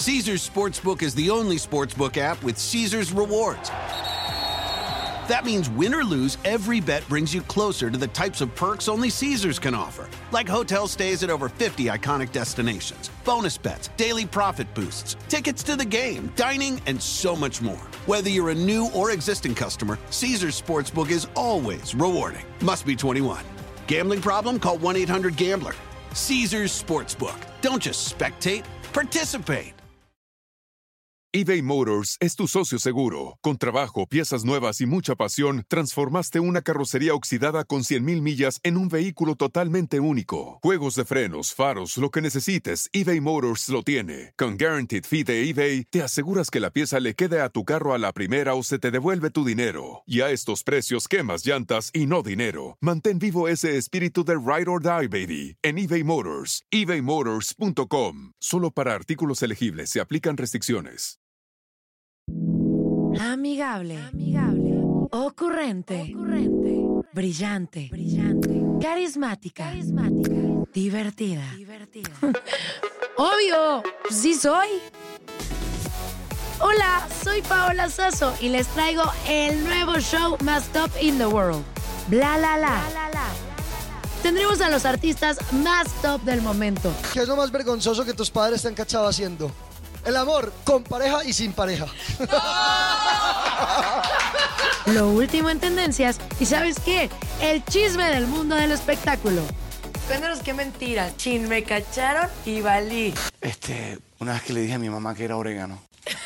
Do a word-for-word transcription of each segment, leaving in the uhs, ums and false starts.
Caesars Sportsbook is the only sportsbook app with Caesars Rewards. That means win or lose, every bet brings you closer to the types of perks only Caesars can offer, like hotel stays at over fifty iconic destinations, bonus bets, daily profit boosts, tickets to the game, dining, and so much more. Whether you're a new or existing customer, Caesars Sportsbook is always rewarding. Must be twenty-one. Gambling problem? Call one eight hundred gambler. Caesars Sportsbook. Don't just spectate, participate. eBay Motors es tu socio seguro. Con trabajo, piezas nuevas y mucha pasión, transformaste una carrocería oxidada con cien mil millas en un vehículo totalmente único. Juegos de frenos, faros, lo que necesites, eBay Motors lo tiene. Con Guaranteed Fee de eBay, te aseguras que la pieza le quede a tu carro a la primera o se te devuelve tu dinero. Y a estos precios, quemas llantas y no dinero. Mantén vivo ese espíritu de Ride or Die, baby, en eBay Motors. ebay motors punto com. Solo para artículos elegibles se aplican restricciones. Amigable, amigable, ocurrente, ocurrente, brillante, brillante, carismática, carismática, divertida, divertida. Obvio, sí soy. Hola, soy Paola Sasso y les traigo el nuevo show más top in the world, Bla La La. Bla, la, la. Tendremos a los artistas más top del momento. ¿Qué es lo más vergonzoso que tus padres te han cachado haciendo? El amor con pareja y sin pareja. Lo último en tendencias y ¿sabes qué? El chisme del mundo del espectáculo. Cuéntanos qué mentira. Chin, me cacharon y valí. Este, una vez que le dije a mi mamá que era orégano.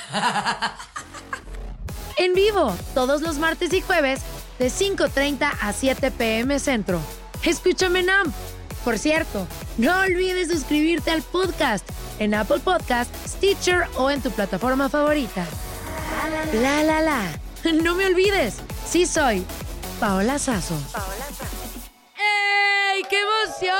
En vivo, todos los martes y jueves, de cinco treinta a siete pe eme Centro. Escúchame, Nam. Por cierto, no olvides suscribirte al podcast en Apple Podcast, Stitcher o en tu plataforma favorita. La la la. No me olvides, sí soy Paola Sasso. Paola Sasso. ¡Ey, qué emoción!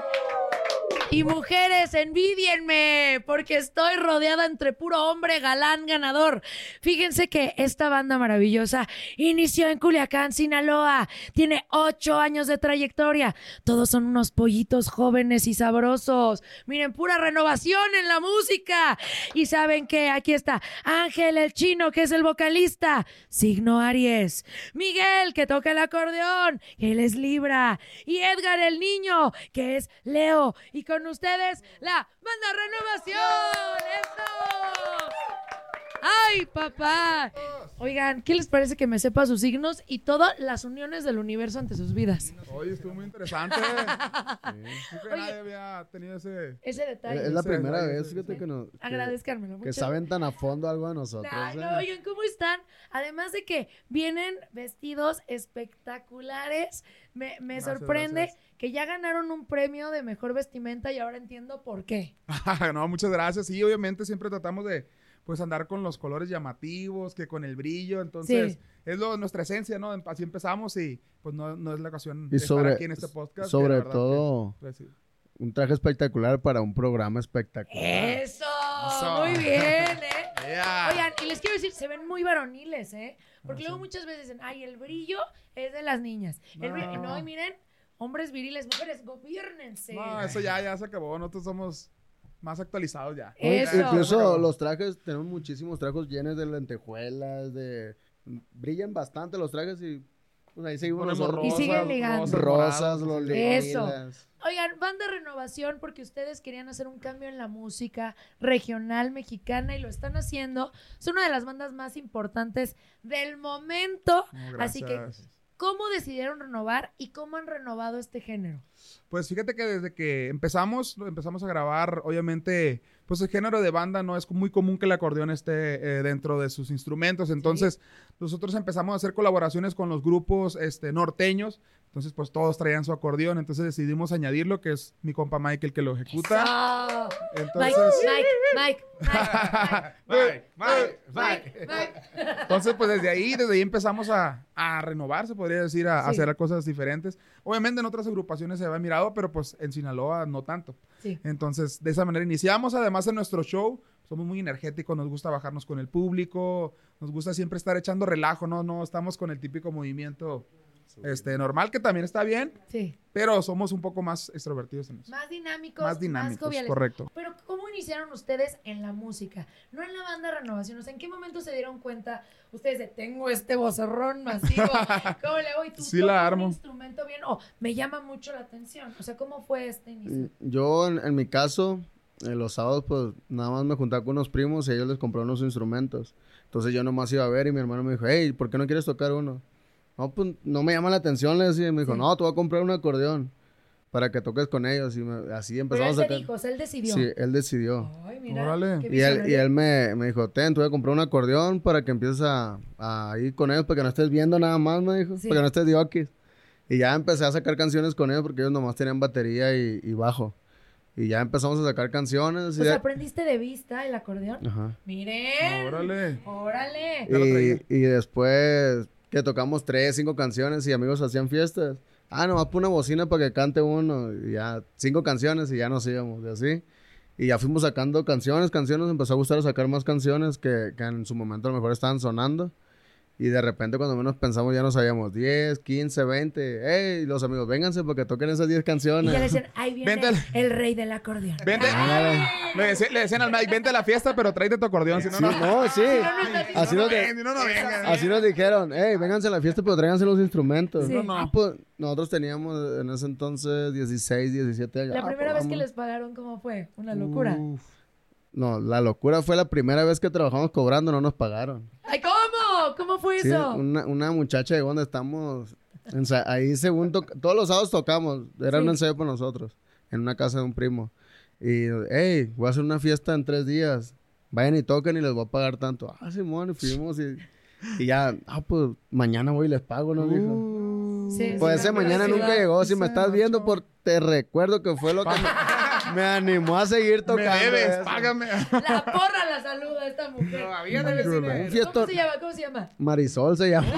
Y mujeres, envidienme, porque estoy rodeada entre puro hombre galán ganador. Fíjense que esta banda maravillosa inició en Culiacán, Sinaloa. Tiene ocho años de trayectoria. Todos son unos pollitos jóvenes y sabrosos. Miren, pura renovación en la música. Y ¿saben qué? Aquí está Ángel el Chino, que es el vocalista. Signo Aries. Miguel, que toca el acordeón, que él es Libra. Y Edgar el Niño, que es Leo. Y con ustedes, la Banda Renovación. ¡Eso! ¡Ay, papá! Oigan, ¿qué les parece que me sepa sus signos y todas las uniones del universo ante sus vidas? Oye, estuvo muy interesante. Sí. Creo que nadie había tenido ese... Ese detalle. Es la ese primera detalle, vez, sí. fíjate que nos... Que, Agradezcármelo mucho. que saben tan a fondo algo de nosotros. Nah, ¿eh? no, oigan, ¿cómo están? Además de que vienen vestidos espectaculares, me, me Gracias, sorprende gracias. que ya ganaron un premio de mejor vestimenta y ahora entiendo por qué. No, muchas gracias. Sí, obviamente siempre tratamos de pues andar con los colores llamativos, que con el brillo, entonces Sí. es lo, nuestra esencia, ¿no? Así empezamos y pues no, no es la ocasión Y de sobre, estar aquí en este podcast. que sobre la verdad todo, que, pues, sí. un traje espectacular para un programa espectacular. ¡Eso! Eso. Muy bien, ¿eh? Yeah. Oigan, y les quiero decir, se ven muy varoniles, ¿eh? Porque Ah, luego sí. muchas veces dicen, ay, el brillo es de las niñas. El brillo- No. no, y miren, hombres viriles, mujeres, gobiernense. No, eso ya, ya se acabó. Nosotros somos más actualizados ya. Oye, Eso. Incluso los trajes, tenemos muchísimos trajes llenos de lentejuelas, de... Brillan bastante los trajes y pues ahí seguimos Ponemos nosotros. Y siguen ligando. rosas, Rosas, morados, los sí. Eso. lilas. Oigan, van de renovación porque ustedes querían hacer un cambio en la música regional mexicana y lo están haciendo. Es una de las bandas más importantes del momento. No, Así que, gracias. ¿cómo decidieron renovar y cómo han renovado este género? Pues fíjate que desde que empezamos, empezamos a grabar, obviamente, pues el género de banda no es muy común que el acordeón esté eh, dentro de sus instrumentos. Entonces, nosotros empezamos a hacer colaboraciones con los grupos este, norteños. Entonces, pues todos traían su acordeón. Entonces decidimos añadirlo, que es mi compa Mike el que lo ejecuta. Eso. Entonces, Mike, Mike, Mike, Mike, Mike, Mike, Mike, Mike. Entonces, pues desde ahí, desde ahí empezamos a, a renovar, se podría decir, a, a Sí. hacer cosas diferentes. Obviamente en otras agrupaciones se había mirado, pero pues en Sinaloa no tanto. Sí. Entonces, de esa manera iniciamos. Además, en nuestro show somos muy energéticos, nos gusta bajarnos con el público, nos gusta siempre estar echando relajo, ¿no? No estamos con el típico movimiento este, normal, que también está bien, Sí. pero somos un poco más extrovertidos en eso. Más dinámicos, Más más, dinámicos, joviales. correcto. Pero ¿cómo iniciaron ustedes en la música? No en la banda Renovación. O sea, ¿en qué momento se dieron cuenta ustedes de tengo este vocerrón masivo? ¿Cómo le hago? ¿Y tú Sí la tocas armo. un instrumento bien? O me llama mucho la atención. O sea, ¿cómo fue este inicio? Yo, en, en mi caso, en los sábados, pues, nada más me juntaba con unos primos y ellos les compraron unos instrumentos. Entonces yo nomás iba a ver y mi hermano me dijo, hey, ¿por qué no quieres tocar uno? No, pues, no me llama la atención, le decía. Y me dijo, Sí. no, te voy a comprar un acordeón para que toques con ellos. Y me- así Pero él empezamos a se sacar. dijo, o sea, él decidió. Sí, él decidió. Ay, mira. Órale. qué Y él, y visionario. él me, me dijo, ten, te voy a comprar un acordeón para que empieces a, a ir con ellos, para que no estés viendo nada más, me dijo, Sí. para que no estés diokis. Y ya empecé a sacar canciones con ellos porque ellos nomás tenían batería y, y bajo. Y ya empezamos a sacar canciones. y O sea, ya- ¿aprendiste de vista el acordeón? Ajá. Miren. Órale. Órale. Ya lo traía. Y, y después que tocamos tres, cinco canciones y amigos hacían fiestas. Ah, nomás pon una bocina para que cante uno. Y ya, cinco canciones y ya nos íbamos, y así. Y ya fuimos sacando canciones, canciones. Nos empezó a gustar sacar más canciones que, que en su momento a lo mejor estaban sonando. Y de repente, cuando menos pensamos, ya no sabíamos diez, quince, veinte. ¡Ey! Los amigos, vénganse para que toquen esas diez Y canciones. ya le decían, ahí viene Vente al- el rey del acordeón. Vente, Ándale. le, decían, le decían al Mike, vente a la fiesta, pero tráete tu acordeón, si no, Sí, no. no, sí. Así no, nos, de- ven, si no, no vengas. así nos dijeron, hey, vénganse a la fiesta, pero tráiganse los instrumentos. Sí. No, no. Ah, pues, nosotros teníamos en ese entonces dieciséis, diecisiete años. La Ah, primera pues, vez que vamos. les pagaron, ¿cómo fue? Una locura. Uf. No, la locura fue la primera vez que trabajamos cobrando, no nos pagaron. Ay, ¿cómo? ¿Cómo fue Sí, eso? una, una muchacha llegó donde estamos, ensa- ahí según, to- todos los sábados tocamos, era Sí. un ensayo para nosotros, en una casa de un primo. Y, hey, voy a hacer una fiesta en tres días, vayan y toquen y les voy a pagar tanto. Ah, Simón, y fuimos y, y ya, ah, pues mañana voy y les pago, nos dijo. Sí, Pues sí, ese me mañana acuerdo. nunca llegó. Si me Ese estás viendo, por, te recuerdo que fue lo que me, me animó a seguir Me tocando. debes, eso. págame. La porra la saluda a esta mujer. Todavía debes Un dinero. fiestón. ¿Cómo se llama? ¿Cómo se llama? Marisol se llama.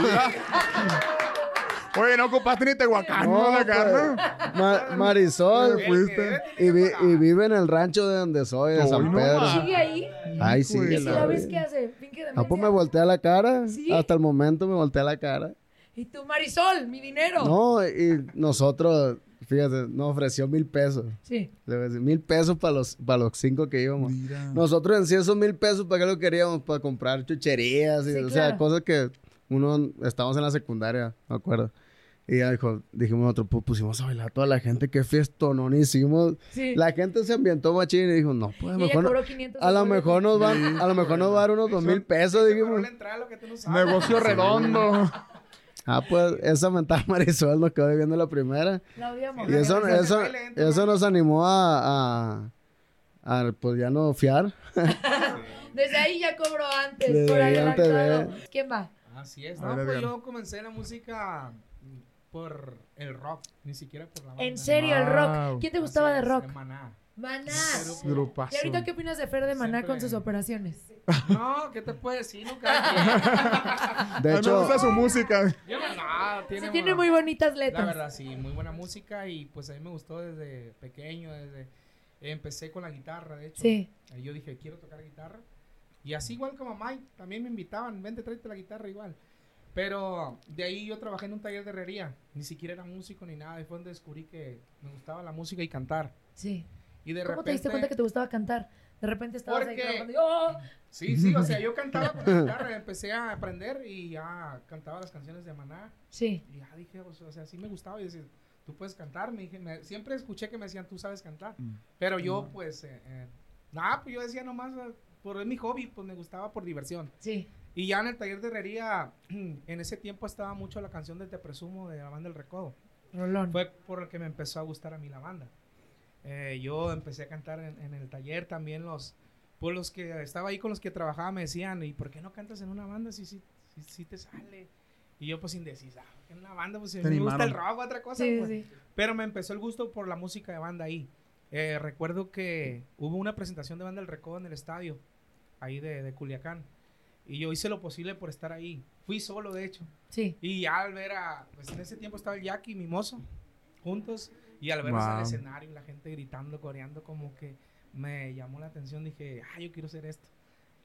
Oye, no ocupaste ni Tehuacán, No, no, la pues, carne. Ma- Marisol. ¿Te fuiste? Y, vi- y vive en el rancho de donde soy, de Hoy San no Pedro. más. ¿Sigue ahí? Ay, sí. Hijo de ¿Y si la la ves vida. qué hace? ¿Finge Ah, pues me demencia? voltea la cara. ¿Sí? Hasta el momento me voltea la cara. ¿Y tú, Marisol? ¿Mi dinero? No, y nosotros, fíjate, nos ofreció mil pesos. Sí. Le voy a decir, mil pesos para los, para los cinco que íbamos. Mira. Nosotros en sí esos mil pesos, ¿para qué lo queríamos? Para comprar chucherías y, Sí, o claro. sea, cosas que uno, estábamos en la secundaria, me acuerdo. Y ya dijo, dijimos nosotros, pues pusimos a bailar a toda la gente, qué fiestonón hicimos. Sí. La gente se ambientó machín y dijo, no, pues a Y lo ella mejor, cobró no- quinientos a lo dólares. mejor nos van, a lo mejor nos va a dar unos dos mil pesos, dijimos. Negocio redondo. Ah, pues esa mentada Marisol nos quedó viendo la primera. La odiamos. Y eso, eso, eso nos animó a, a, a, pues ya no fiar. Desde ahí ya cobró antes. Desde por ahí antes de- adelantado. ¿Quién va? Así es, A no, ver, pues Edgar. yo comencé la música por el rock, ni siquiera por la banda. ¿En serio el Wow. rock? ¿Quién te Así gustaba de es, rock? de Maná. Maná. Grupazo. ¿Y ahorita qué opinas de Fer de Maná Siempre- con sus operaciones? No, ¿qué te puedo decir? Nunca. De A mí me hecho, gusta su música. Yo no, no, tiene, Sí, tiene bu- muy bonitas La letras. verdad, sí, muy buena música y pues a mí me gustó desde pequeño, desde... Empecé con la guitarra, de hecho. Sí. Ahí yo dije, quiero tocar guitarra. Y así igual como Mike, también me invitaban, vente, tráete la guitarra igual. Pero de ahí yo trabajé en un taller de herrería. Ni siquiera era músico ni nada. Y fue donde descubrí que me gustaba la música y cantar. Sí. Y de ¿Cómo repente... te diste cuenta que te gustaba cantar? De repente estabas ahí Porque- trabajando y ¡oh! Sí, sí, o sea, yo cantaba con la guitarra, empecé a aprender y ya cantaba las canciones de Maná. Sí. Y ya dije, o sea, o sea, sí me gustaba y decía, tú puedes cantar. Me dije, me- siempre escuché que me decían, tú sabes cantar. Pero yo, pues, eh, eh, nada, pues yo decía nomás, eh, por mi hobby, pues me gustaba por diversión. Sí. Y ya en el taller de herrería, en ese tiempo estaba mucho la canción de Te Presumo de la banda El Recodo. Rolón. Fue por el que me empezó a gustar a mí la banda. Eh, yo empecé a cantar en, en el taller también los, pues los que estaba ahí con los que trabajaba me decían, ¿y por qué no cantas en una banda si, si, si, si te sale? Y yo pues indecisa, en una banda pues si Te me gusta el animaron. rock, otra cosa. Sí, pues. sí. Pero me empezó el gusto por la música de banda ahí. Eh, recuerdo que hubo una presentación de Banda El Recodo en el estadio, ahí de, de Culiacán. Y yo hice lo posible por estar ahí. Fui solo, de hecho. Sí. Y ya al ver a... Pues en ese tiempo estaba el Jackie y Mimoso juntos. Y al verlos en el Wow. escenario y la gente gritando, coreando, como que me llamó la atención. Dije, ah, yo quiero hacer esto.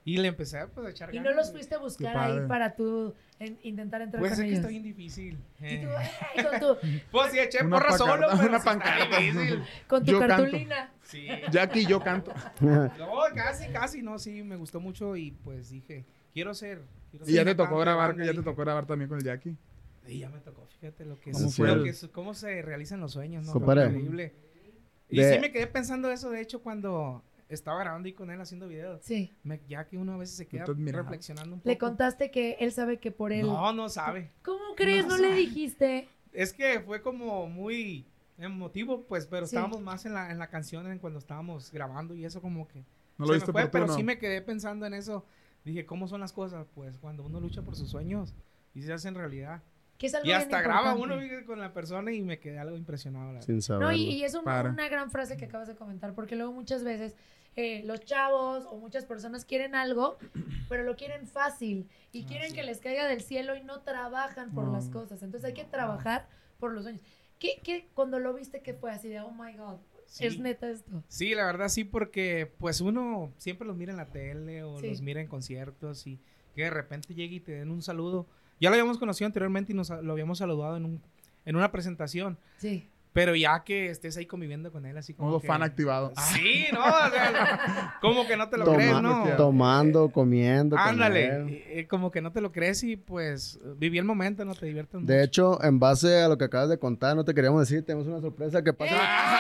Y le empecé pues, a echar ¿Y ganas. no los fuiste a buscar Qué ahí padre. para tú en- intentar entrar Pues con es que ellos? está bien difícil. Y Eh. tú, "Ey", con tu, Pues sí, eché Una porra pancarta, solo, pero una sí está pancarta. difícil. con tu Yo canto. cartulina. Sí. Jackie, yo canto. No, casi, casi, no, sí, me gustó mucho y pues dije, quiero ser. Quiero Y ya ser te tocó cantante de grabar, banda, ya te dije. tocó grabar también con el Jackie. Y ya me tocó, fíjate lo que ¿Cómo es, fue lo el- que es- cómo se realizan los sueños, ¿no? Compadre. Increíble. Y De- sí me quedé pensando eso, de hecho, cuando estaba grabando y con él haciendo videos. Sí. Me- ya que uno a veces se queda te admiraba. reflexionando un poco. Le contaste que él sabe que por él... No, no sabe. ¿Cómo crees? No ¿No, le sabe. dijiste? Es que fue como muy emotivo, pues, pero Sí. estábamos más en la, en la canción en cuando estábamos grabando y eso como que No se lo me viste fue, pero oportuno. sí me quedé pensando en eso. Dije, ¿cómo son las cosas? Pues cuando uno lucha por sus sueños y se hacen realidad. Que es algo Y bien hasta graba importante. uno fíjate, con la persona y me quedé algo impresionado. La verdad. Sin saberlo. No, y, y es un- Para. una gran frase que acabas de comentar, porque luego muchas veces eh, los chavos o muchas personas quieren algo, pero lo quieren fácil y quieren que les caiga del cielo y no trabajan por No. las cosas. Entonces hay que trabajar por los sueños. ¿Qué, qué, cuando lo viste, qué fue así de, oh my God, Sí. es neta esto? Sí, la verdad sí, porque pues uno siempre los mira en la tele o Sí. los mira en conciertos y que de repente llegue y te den un saludo. Ya lo habíamos conocido anteriormente y nos lo habíamos saludado en, un, en una presentación, Sí. pero ya que estés ahí conviviendo con él así como Modo que- fan activado. Sí, ¿no? O sea, como que no te lo Toma- crees, ¿no? Tomando, comiendo. con Ándale, él. eh, eh, como que no te lo crees y pues viví el momento, no te diviertes mucho. De hecho, en base a lo que acabas de contar, no te queríamos decir, tenemos una sorpresa que pasa.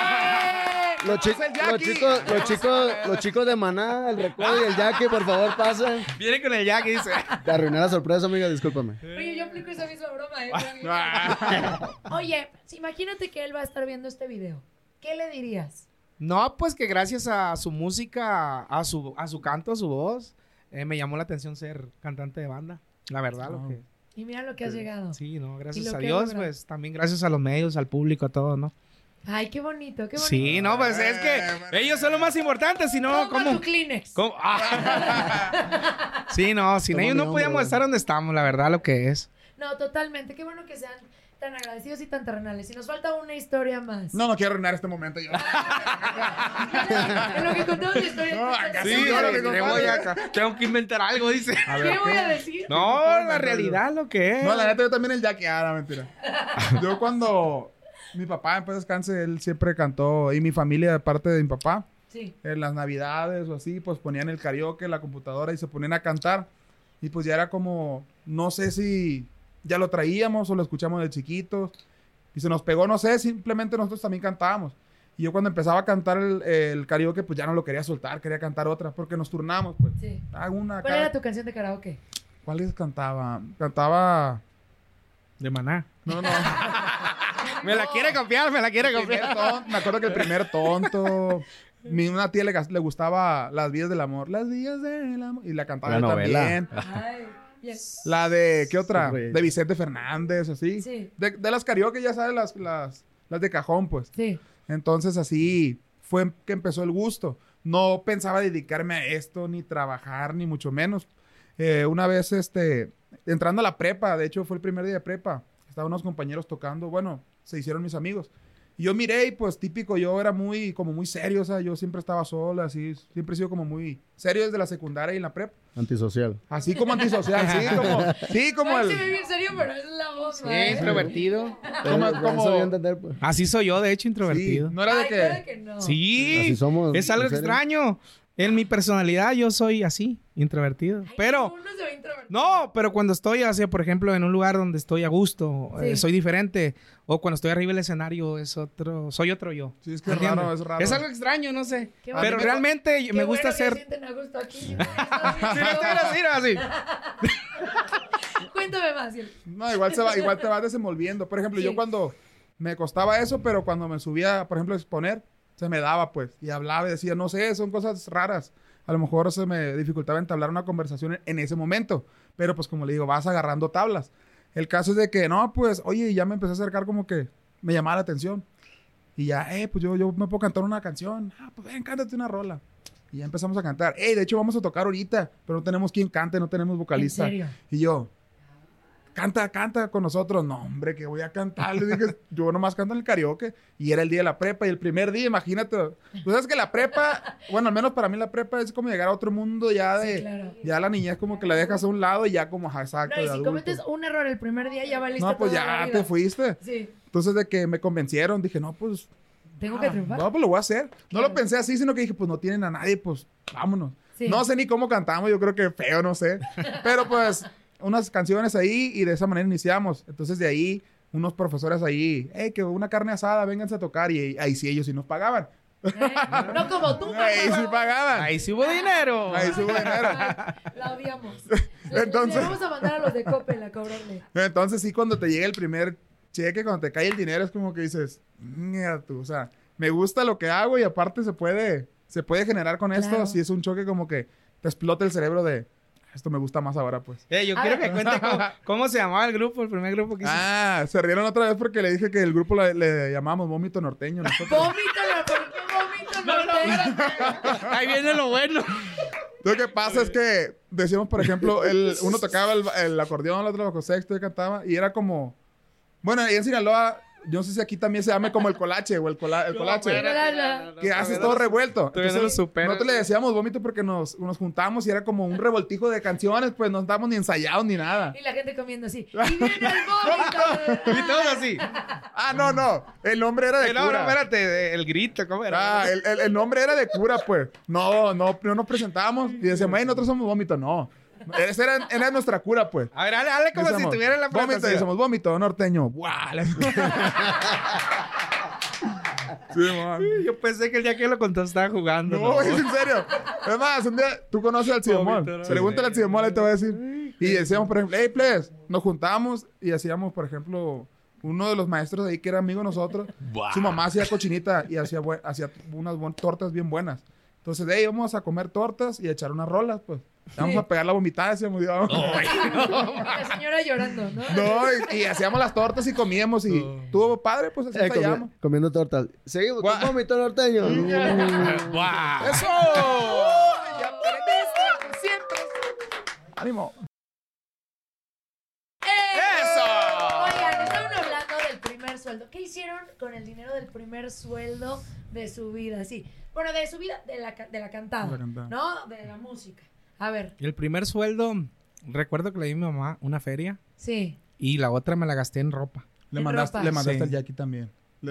Los, chi- ¡Pasa el los Jackie! chicos, los chicos, los chicos de Maná, el Recodo y el Jackie, por favor, pasen. Viene con el Jack y dice, Te arruiné la sorpresa, amiga, discúlpame. Oye, yo aplico esa misma broma. ¿eh? Ah. Oye, sí, imagínate que él va a estar viendo este video. ¿Qué le dirías? no, pues que gracias a su música, a su, a su canto, a su voz, eh, me llamó la atención ser cantante de banda. La verdad, lo Oh. que... Y mira lo que has llegado. Sí, no, Y gracias lo a que Dios, logra. pues también gracias a los medios, al público, a todo, ¿no? Ay, qué bonito, qué bonito. Sí, no, pues es que ellos son los más importantes, si no, Toma ¿cómo? tu Kleenex. ¿Cómo? Ah. Sí, no, sin Toma ellos mi no hombro, podíamos güey. estar donde estamos, la verdad, lo que es. No, totalmente. Qué bueno que sean tan agradecidos y tan terrenales. Y nos falta una historia más. No, no quiero arruinar este momento yo. En lo que contamos la historia. No, ¿qué acá estás sí, haciendo? ahora que le voy a- tengo que inventar algo, dice. A ver, ¿Qué voy a decir? No, puedo la inventar realidad, lo que es. No, la neta, yo también el Jackie. Ah, no, mentira. Yo cuando mi papá, en paz descanse, él siempre cantó, y mi familia, de parte de mi papá, Sí. en las navidades o así, pues ponían el karaoke, la computadora y se ponían a cantar. Y pues ya era como, no sé si ya lo traíamos o lo escuchamos de chiquitos. Y se nos pegó, no sé, simplemente nosotros también cantábamos. Y yo cuando empezaba a cantar el, el karaoke, pues ya no lo quería soltar, quería cantar otra, porque nos turnamos, pues. Sí. Ah, una ¿Cuál acá. era tu canción de karaoke? ¿Cuáles cantaba? Cantaba... De Maná. No, no. Me la quiere copiar, me la quiere El primer copiar. tonto, me acuerdo que el primer tonto. Mi una tía le, gas- le gustaba Las Vías del Amor. Las Vías del Amor. Y la cantaba La yo novela. también. Ay, bien. La de, ¿qué otra? Sí, güey. De Vicente Fernández, así. Sí. De, de las karaoke, ya sabes, las, las, las de cajón, pues. Sí. Entonces, así fue que empezó el gusto. No pensaba dedicarme a esto, ni trabajar, ni mucho menos. Eh, una vez, este, entrando a la prepa, de hecho, fue el primer día de prepa. Estaban unos compañeros tocando, bueno, se hicieron mis amigos. Y yo miré y pues típico, yo era muy, como muy serio, o sea, yo siempre estaba sola, así, siempre he sido como muy serio desde la secundaria y en la prepa. Antisocial. Así como antisocial, sí, como, sí, como Ay, el... se ve bien serio, pero es la voz, Sí, ¿eh? introvertido. Como- Eh, como- eso voy a entender, pues. Así soy yo, de hecho, Sí, introvertido. no era de Ay, que... claro que no. Sí, Así somos, es algo ¿en serio? extraño. En mi personalidad yo soy así, introvertido. Ay, Pero, uno se ve introvertido. no, pero cuando estoy así, por ejemplo, en un lugar donde estoy a gusto, Sí. eh, soy diferente. O cuando estoy arriba del escenario, es otro, soy otro yo. Sí, es que ¿Entiendes? raro, es raro. Es algo extraño, no sé. Qué Pero bueno. realmente Qué me bueno gusta que ser... se sienten a gusto aquí. Si no estuviera así, no, así. Cuéntame más. Ciel. No, igual, se va, igual te vas desenvolviendo. Por ejemplo, Sí. yo cuando me costaba eso, pero cuando me subía, por ejemplo, a exponer, se me daba, pues. Y hablaba y decía, no sé, son cosas raras. A lo mejor se me dificultaba entablar una conversación en, en ese momento. Pero pues como le digo, vas agarrando tablas. El caso es de que, no, pues, oye, ya me empecé a acercar como que me llamaba la atención. Y ya, eh, pues yo, yo me puedo cantar una canción. Ah, pues ven, cántate una rola. Y ya empezamos a cantar. Ey, de hecho vamos a tocar ahorita, pero no tenemos quien cante, no tenemos vocalista. ¿En serio? Y yo, canta, canta con nosotros. No, hombre, que voy a cantar. Le dije, yo nomás canto en el karaoke. Y era el día de la prepa. Y el primer día, imagínate. Tú sabes que la prepa, bueno, al menos para mí la prepa es como llegar a otro mundo ya de... Sí, claro. Ya la niñez como que la dejas a un lado y ya como, ajá, exacto, No, y de si adulto. cometes un error el primer día, ya valiste No, pues toda la ya vida. te fuiste. Sí. Entonces de que me convencieron, dije, no, pues... Tengo que ah, triunfar. No, pues lo voy a hacer. No Claro. lo pensé así, sino que dije, pues no tienen a nadie, pues vámonos. Sí. No sé ni cómo cantamos, yo creo que feo, no sé. Pero pues unas canciones ahí y de esa manera iniciamos. Entonces de ahí, unos profesores ahí, hey, que una carne asada, vénganse a tocar. Y ahí sí ellos sí nos pagaban. ¿Eh? No como tú, Ahí sí Manolo. pagaban. Ahí sí hubo dinero. Ahí sí hubo dinero. La odiamos. Entonces- Le vamos a mandar a los de Coppel a cobrarle. Entonces sí, cuando te llega el primer cheque, cuando te cae el dinero, es como que dices, mierda tú, o sea, me gusta lo que hago y aparte se puede, se puede generar con esto. Claro. Si es un choque como que te explota el cerebro de, esto me gusta más ahora, pues. Eh, yo A quiero ver. que cuente cómo, cómo se llamaba el grupo, el primer grupo que hizo. Ah, se rieron otra vez porque le dije que el grupo le, le llamamos Vómito Norteño. Nosotros. Vómito, ¿por qué vómito? No, Ahí viene lo bueno. Lo que pasa es que decíamos, por ejemplo, el, uno tocaba el, el acordeón, el otro bajo sexto y cantaba y era como, bueno, ahí en Sinaloa, yo no sé si aquí también se llame como el colache o el, cola, el colache. que haces todo revuelto. Todavía no lo supero. nosotros le decíamos vómito porque nos, nos juntamos y era como un revoltijo de canciones, pues no estábamos ni ensayados ni nada. Y la gente comiendo así. Y viene el vómito. Y todos así. Ah, no, no. El nombre era de Eh, No, no, cura. espérate, el grito, ¿cómo era? Ah, el, el- el nombre era de cura, pues. No, no, no nos presentábamos y decíamos, hey, nosotros somos vómito. No. Esa era, era nuestra cura, pues. A ver, dale, dale como Decíamos, si tuviera la vómito, y presentación. decíamos vómito norteño. ¡Guau! Sí, man. Yo pensé que el día que lo contó estaba jugando. No, es en serio. Es más, un día tú conoces al Cidemol. Vómito, no, Pregúntale sí. al Cidemol, él te va a decir. Y decíamos, por ejemplo, hey, please, nos juntábamos y hacíamos, por ejemplo, uno de los maestros de ahí que era amigo de nosotros, su mamá hacía cochinita y hacía, buen- hacía unas buen- tortas bien buenas. Entonces, hey, vamos a comer tortas y a echar unas rolas, pues. Vamos Sí. a pegar la vomitada, decíamos. y vamos. La señora llorando, ¿no? No, y, y hacíamos las tortas y comíamos y tuvo padre, pues así Eh, comi- callamos. comiendo tortas. Seguimos Gua- con vómito norteño. ¡Wow! ¡Eso! ¡Ya tenemos! ¡Siempre! ¡Ánimo! ¡Eso! Oigan, estaban hablando del primer sueldo. ¿Qué hicieron con el dinero del primer sueldo de su vida? Sí. Bueno, de su vida, de la, ca- de la cantada, De la cantada. ¿no? De la música. A ver, Y el primer sueldo, recuerdo que le di a mi mamá una feria sí. y la otra me la gasté en ropa. Le En mandaste, ropa. le mandaste Sí. al Jackie también. Le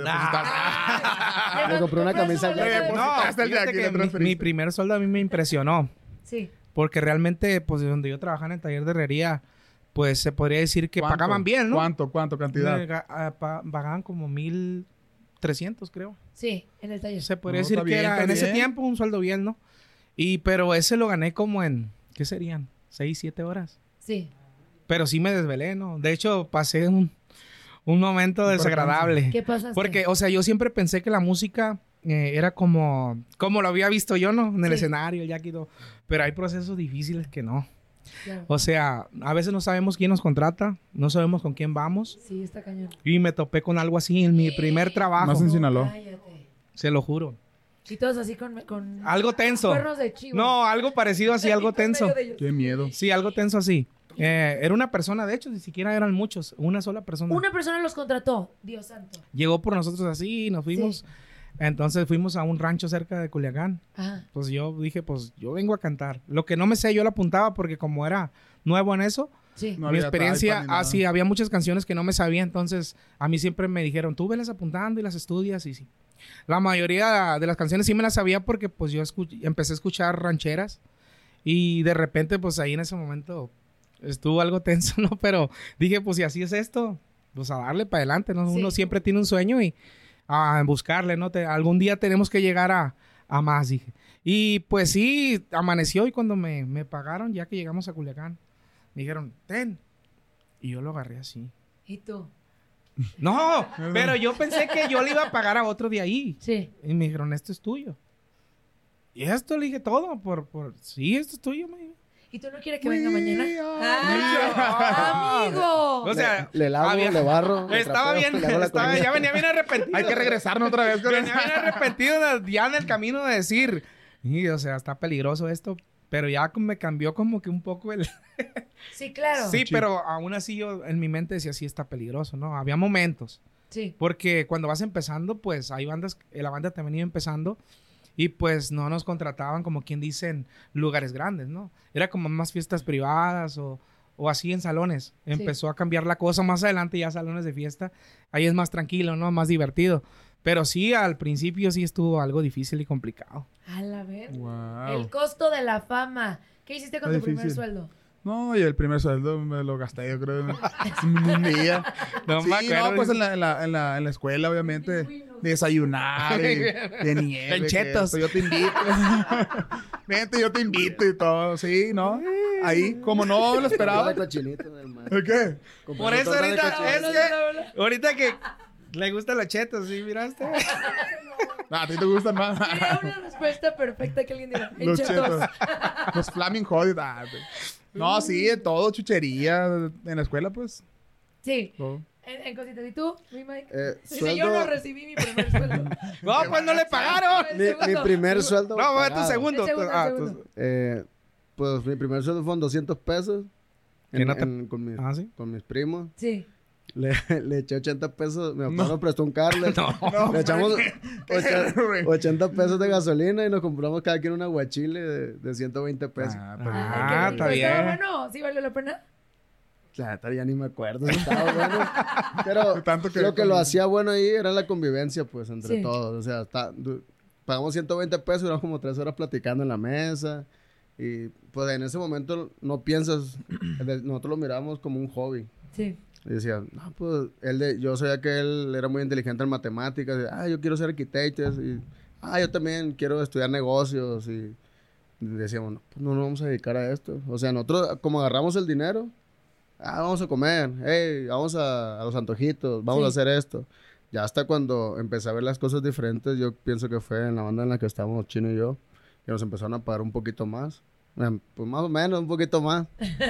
Ah, Le compré una camisa boleto Oye, de- pues, No, hasta el día fíjate que que le mi, transferiste. mi primer sueldo a mí me impresionó. Sí. Porque realmente, pues, donde yo trabajaba en el taller de herrería, pues, se podría decir que ¿Cuánto? pagaban bien, ¿no? ¿Cuánto? ¿Cuánto cantidad? Me ga- ah, pa- pagaban como mil trescientos, creo. Sí, en el taller. Se podría No, decir está que bien, era está en ese bien. tiempo un sueldo bien, ¿no? Y, pero ese lo gané como en, ¿qué serían? Seis, siete horas. Sí. Pero sí me desvelé, ¿no? De hecho, pasé un, un momento desagradable. ¿Qué pasa? Porque, o sea, yo siempre pensé que la música eh, era como, como lo había visto yo, ¿no? En el Sí. escenario, el Jackie y todo. Pero hay procesos difíciles que no. Claro. O sea, a veces no sabemos quién nos contrata, no sabemos con quién vamos. Sí, está cañón. Y me topé con algo así en mi primer trabajo. Más en Sinaloa. Cállate. Se lo juro. Y todos así con... con Algo tenso. cuernos de chivo. No, algo parecido así, algo En medio tenso. de ellos. Qué miedo. Sí, algo tenso así. Eh, era una persona, de hecho, ni siquiera eran muchos. Una sola persona. Una persona los contrató. Dios santo. Llegó por nosotros así y nos fuimos. Sí. Entonces fuimos a un rancho cerca de Culiacán. Ajá. Pues yo dije, pues yo vengo a cantar. Lo que no me sé, yo lo apuntaba porque como era nuevo en eso, Sí. No mi había experiencia, type ni nada. así, había muchas canciones que no me sabía. Entonces a mí siempre me dijeron, tú velas apuntando y las estudias y sí. La mayoría de las canciones sí me las sabía porque pues yo escuch- empecé a escuchar rancheras y de repente pues ahí en ese momento estuvo algo tenso, ¿no? Pero dije, pues si así es esto, pues a darle para adelante, ¿no? Sí. Uno siempre tiene un sueño y a buscarle, ¿no? Te- algún día tenemos que llegar a, a más, dije. Y pues sí, amaneció y cuando me, me pagaron, ya que llegamos a Culiacán, me dijeron, ten. Y yo lo agarré así. ¿Y tú? No, pero yo pensé que yo le iba a pagar a otro de ahí. Sí. Y me dijeron, esto es tuyo. Y esto le dije todo por, por, sí, esto es tuyo, me dijo. ¿Y tú no quieres que venga mañana? are- ¡Ah, amigo! O sea, Le lavo, había- le barro. le estaba trapeo, bien, le hago la estaba- comida. ya venía bien arrepentido. Hay que regresarnos otra vez. con Venía eso. bien arrepentido de- ya en el camino de decir, y, o sea, está peligroso esto. Pero ya me cambió como que un poco el... Sí, claro. Sí, pero aún así yo en mi mente decía, sí está peligroso, ¿no? Había momentos. Sí. Porque cuando vas empezando, pues hay bandas, la banda también iba empezando y pues no nos contrataban como quien dice en lugares grandes, ¿no? Era como más fiestas privadas o, o así en salones. Empezó a cambiar la cosa más adelante, ya salones de fiesta. Ahí es más tranquilo, ¿no? Más divertido. Pero sí, al principio sí estuvo algo difícil y complicado. A la vez. Wow. El costo de la fama. ¿Qué hiciste con Está tu primer difícil. sueldo? No, y el primer sueldo me lo gasté, yo creo, en un día. No Sí, me acuerdo. no, pues en la, en la, en la, en la escuela, obviamente, de desayunar, y de nieve. En que chetos. esto, yo te invito. Vente, yo te invito y todo, sí, ¿no? Ahí, como no lo esperaba. De cochinito, del mar. ¿El qué? Por eso Torta de ahorita, cochinito. es que, ahorita que le gustan los chetos, ¿sí? ¿Miraste? Ah, ¿a ti te gustan más? Sería una respuesta perfecta que alguien diga. En Los chetos. chetos. Los Flaming Hot. Ah, no, sí, de todo, chuchería. En la escuela, pues. Sí. Todo. En, en cositas. ¿Y tú, mi Mike? Eh, Dice, sueldo- yo no recibí mi primer sueldo. No, pues no le pagaron. El Mi, mi segundo. primer sueldo. No, va tu pagado. segundo. El segundo, Ah, el segundo. tú- Eh, pues mi primer sueldo fueron doscientos pesos. ¿Que En, no te- en- con, mis, Ah, ¿sí? con mis primos. Sí. Le, le eché ochenta pesos. Mi papá nos prestó un carro. Le, No, le echamos ¿qué? ocha- ochenta pesos de gasolina y nos compramos cada quien un aguachile de, de ciento veinte pesos. Ah, pero- Ah, Ay, qué rico. está bien. ¿Estaba bueno? ¿Sí valió la pena? La neta, ya ni me acuerdo. si estaba bueno. Pero Tanto que- lo que lo hacía bueno ahí era la convivencia, pues, entre Sí. todos. O sea, está, du- pagamos ciento veinte pesos, duramos como tres horas platicando en la mesa. Y pues en ese momento no piensas, de- nosotros lo miramos como un hobby. Sí. Y decía, no, pues, él de, yo sabía que él era muy inteligente en matemáticas. Y, ah, yo quiero ser arquitecto. Y, ah, yo también quiero estudiar negocios. Y, y decíamos, no, pues no nos vamos a dedicar a esto. O sea, nosotros, como agarramos el dinero, ah, vamos a comer. Hey, vamos a, a los antojitos. Vamos Sí. a hacer esto. Ya hasta cuando empecé a ver las cosas diferentes, yo pienso que fue en la banda en la que estábamos, Chino y yo, que nos empezaron a pagar un poquito más. Eh, Pues más o menos, un poquito más.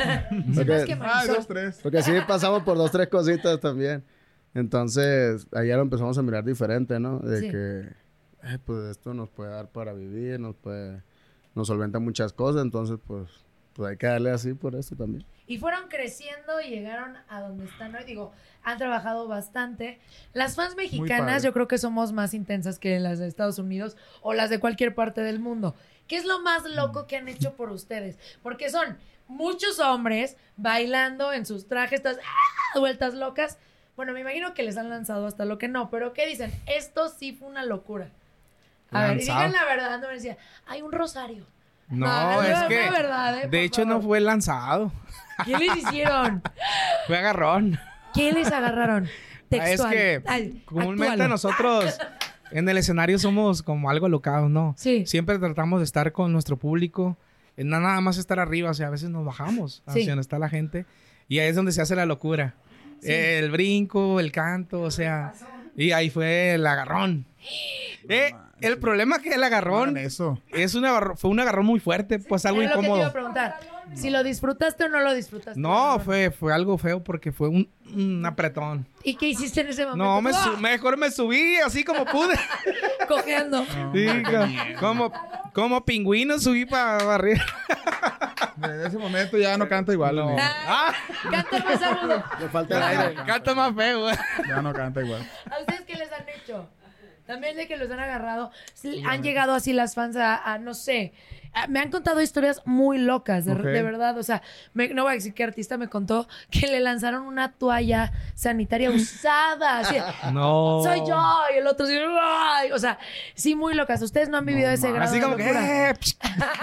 Se me hace que Ay, Marisol- dos, tres. Porque sí pasamos por dos, tres cositas también. Entonces, ahí ya lo empezamos a mirar diferente, ¿no? De Sí. que, eh, pues esto nos puede dar para vivir, nos puede, nos solventa muchas cosas. Entonces, pues, pues hay que darle así por esto también. Y fueron creciendo y llegaron a donde están hoy. Digo, han trabajado bastante. Las fans mexicanas padre. yo creo que somos más intensas que las de Estados Unidos o las de cualquier parte del mundo. ¿Qué es lo más loco que han hecho por ustedes? Porque son muchos hombres bailando en sus trajes, estas ¡ah! Vueltas locas. Bueno, me imagino que les han lanzado hasta lo que no, pero ¿qué dicen? Esto sí fue una locura. A ver, y Lanzado. digan la verdad, no me decía, hay un rosario. No, No, es no, que... fue verdad, ¿eh? Por de hecho, no favor. fue lanzado. ¿Qué les hicieron? Fue agarrón. ¿Qué les agarraron? Textual. Ah, es que Ay, comúnmente actúalo. nosotros en el escenario somos como algo alocados, ¿no? Sí. Siempre tratamos de estar con nuestro público. eh, No nada más estar arriba, o sea, a veces nos bajamos Sí. hacia donde está la gente. Y ahí es donde se hace la locura. Sí. El brinco, el canto, o sea... Y ahí fue el agarrón. Eh, el problema que el No agarrón hagan eso. es un agarrón, fue un agarrón muy fuerte, pues algo Era lo que te iba a incómodo. preguntar. Si lo disfrutaste o no lo disfrutaste. No, fue, fue algo feo porque fue un, un apretón. ¿Y qué hiciste en ese momento? No, me ¡Ah! su- mejor me subí así como pude. Cojeando. Sí, co- como, como pingüino subí para arriba. En ese momento ya no canta igual. No. amigo. Ah, Canta más agudo. Le falta el aire. canta más feo, güey. Ya no canta igual. ¿A ustedes qué les han hecho? También de que los han agarrado. Sí, han llegado así las fans a, a, no sé. a- me han contado historias muy locas, de, Ok. de verdad. O sea, me- no voy a decir qué artista me contó que le lanzaron una toalla sanitaria usada. Así, No. soy yo. Y el otro así, "Ay". O sea, sí, muy locas. Ustedes no han vivido ese grado Así de como que... locura. eh, psh,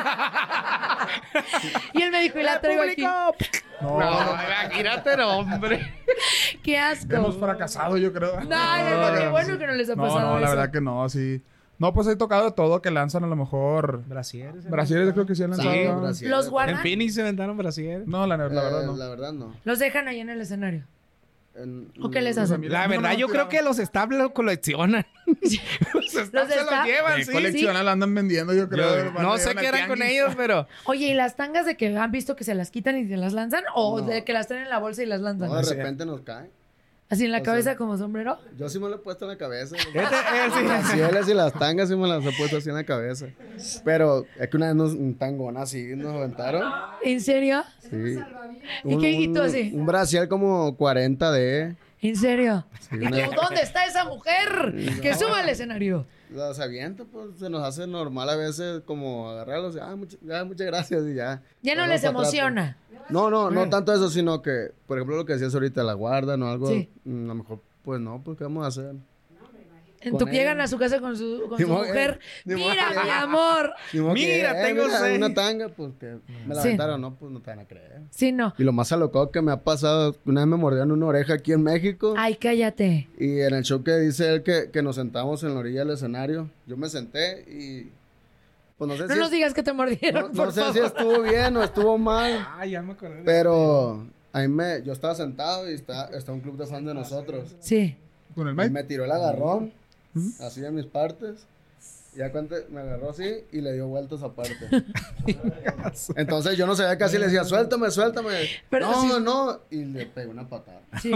Y él me dijo, y la traigo aquí. público. No, No, imagínate, no, hombre. Qué asco. hemos fracasado, yo creo. No, no, qué bueno que no les ha No, pasado no, la eso. verdad que no, sí. No, pues he tocado de todo que lanzan a lo mejor. Brasieres. Brasieres, yo creo que sí han lanzado. Sí, ¿no? brasieres. Los En guardan, Phoenix se inventaron brasieres. No, la, la Eh, verdad no. La verdad no. los dejan ahí en el escenario. En- ¿O qué les Pues a hacen? mí La no me verdad, han yo creo tirado. que los staff lo coleccionan. Los staff Los se staff- los llevan, De sí. coleccional la andan vendiendo, yo creo. Yo- Van a no llevar sé al qué eran con tianguis. ellos, pero... Oye, ¿y las tangas de que han visto que se las quitan y se las lanzan? ¿O No. de que las traen en la bolsa y las lanzan? No, de repente nos cae. Así en la O cabeza sea, como sombrero. Yo sí me lo he puesto en la cabeza. Este, él sí. Las cielas y las tangas sí me las he puesto así en la cabeza. Pero es que una vez nos, un tangón así nos aventaron. ¿En serio? Sí. ¿Y qué quitó así? Un, un brasier como cuarenta de... ¿En serio? Sí, ¿Y una- tú, dónde está esa mujer? Que suba al escenario. Los avienta, pues se nos hace normal a veces como agarrarlos y, ah, much- ah, muchas gracias y ya. Ya no Vamos les pa' atrás, emociona. pues. No, no, no tanto eso, sino que, por ejemplo, lo que decías ahorita, la guardan o algo, Sí. mm, a lo mejor, pues no, pues ¿qué vamos a hacer? En Con tu llegan él. a su casa con su, con Ni su modo que- mujer. ni modo Mira, que- mi amor. Ni modo que, Mira, eh, tengo mira, seis. una tanga, pues que me la Sí. aventaron, no, pues no te van a creer. Sí, no. Y lo más alocado que me ha pasado, una vez me mordieron una oreja aquí en México. Ay, cállate. Y en el show que dice él que, que nos sentamos en la orilla del escenario, yo me senté y... Pues no sé No si, nos es- digas que te mordieron, no, no por sé favor. si estuvo bien o estuvo mal, Ah, ya me acordé. pero a mí me... Yo estaba sentado y está, está un club de fans de nosotros. Sí. Con el Y Mike. me tiró el agarrón, así en mis partes. Y ya cuando me agarró así y le dio vueltas aparte. Entonces yo no sabía casi, le decía, suéltame, suéltame. Pero no, sí- no. Y le pegué una patada. Sí.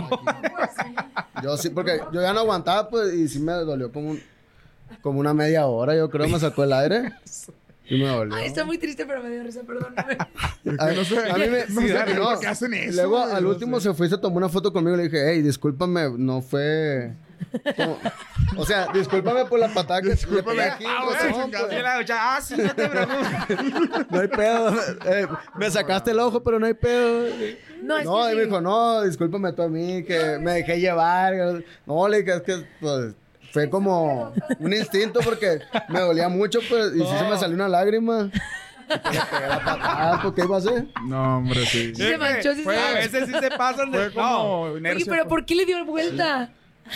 Yo sí, porque yo ya no aguantaba, pues, y sí me dolió como, un- como una media hora, yo creo, me sacó el aire. Y me dolió. Ay, está muy triste, pero me dio risa, perdóname. A, no sé, a mí me... no sí, sé no. por qué hacen eso, Y luego güey, al no último sé. se fue y se tomó una foto conmigo y le dije, hey, discúlpame, no fue... como- O sea, discúlpame por la patada que le pegué aquí. Ah, no, güey, no, chingado. pues, Ah, sí, no te preocupes. no hay pedo. Eh, me sacaste el ojo, pero no hay pedo. No, es No, que y me sí. dijo, no, discúlpame tú a mí, que me dejé llevar. No, le dije, es que, pues, fue como un instinto porque me dolía mucho, pues, y sí se me salió una lágrima. Y pues le pegué la patada, pues, ¿qué iba a hacer? No, hombre, sí. Sí se manchó, sí Fue- se A veces sí se pasan de... Fue como Oye, inercia, pero pues. ¿por qué le dio vuelta?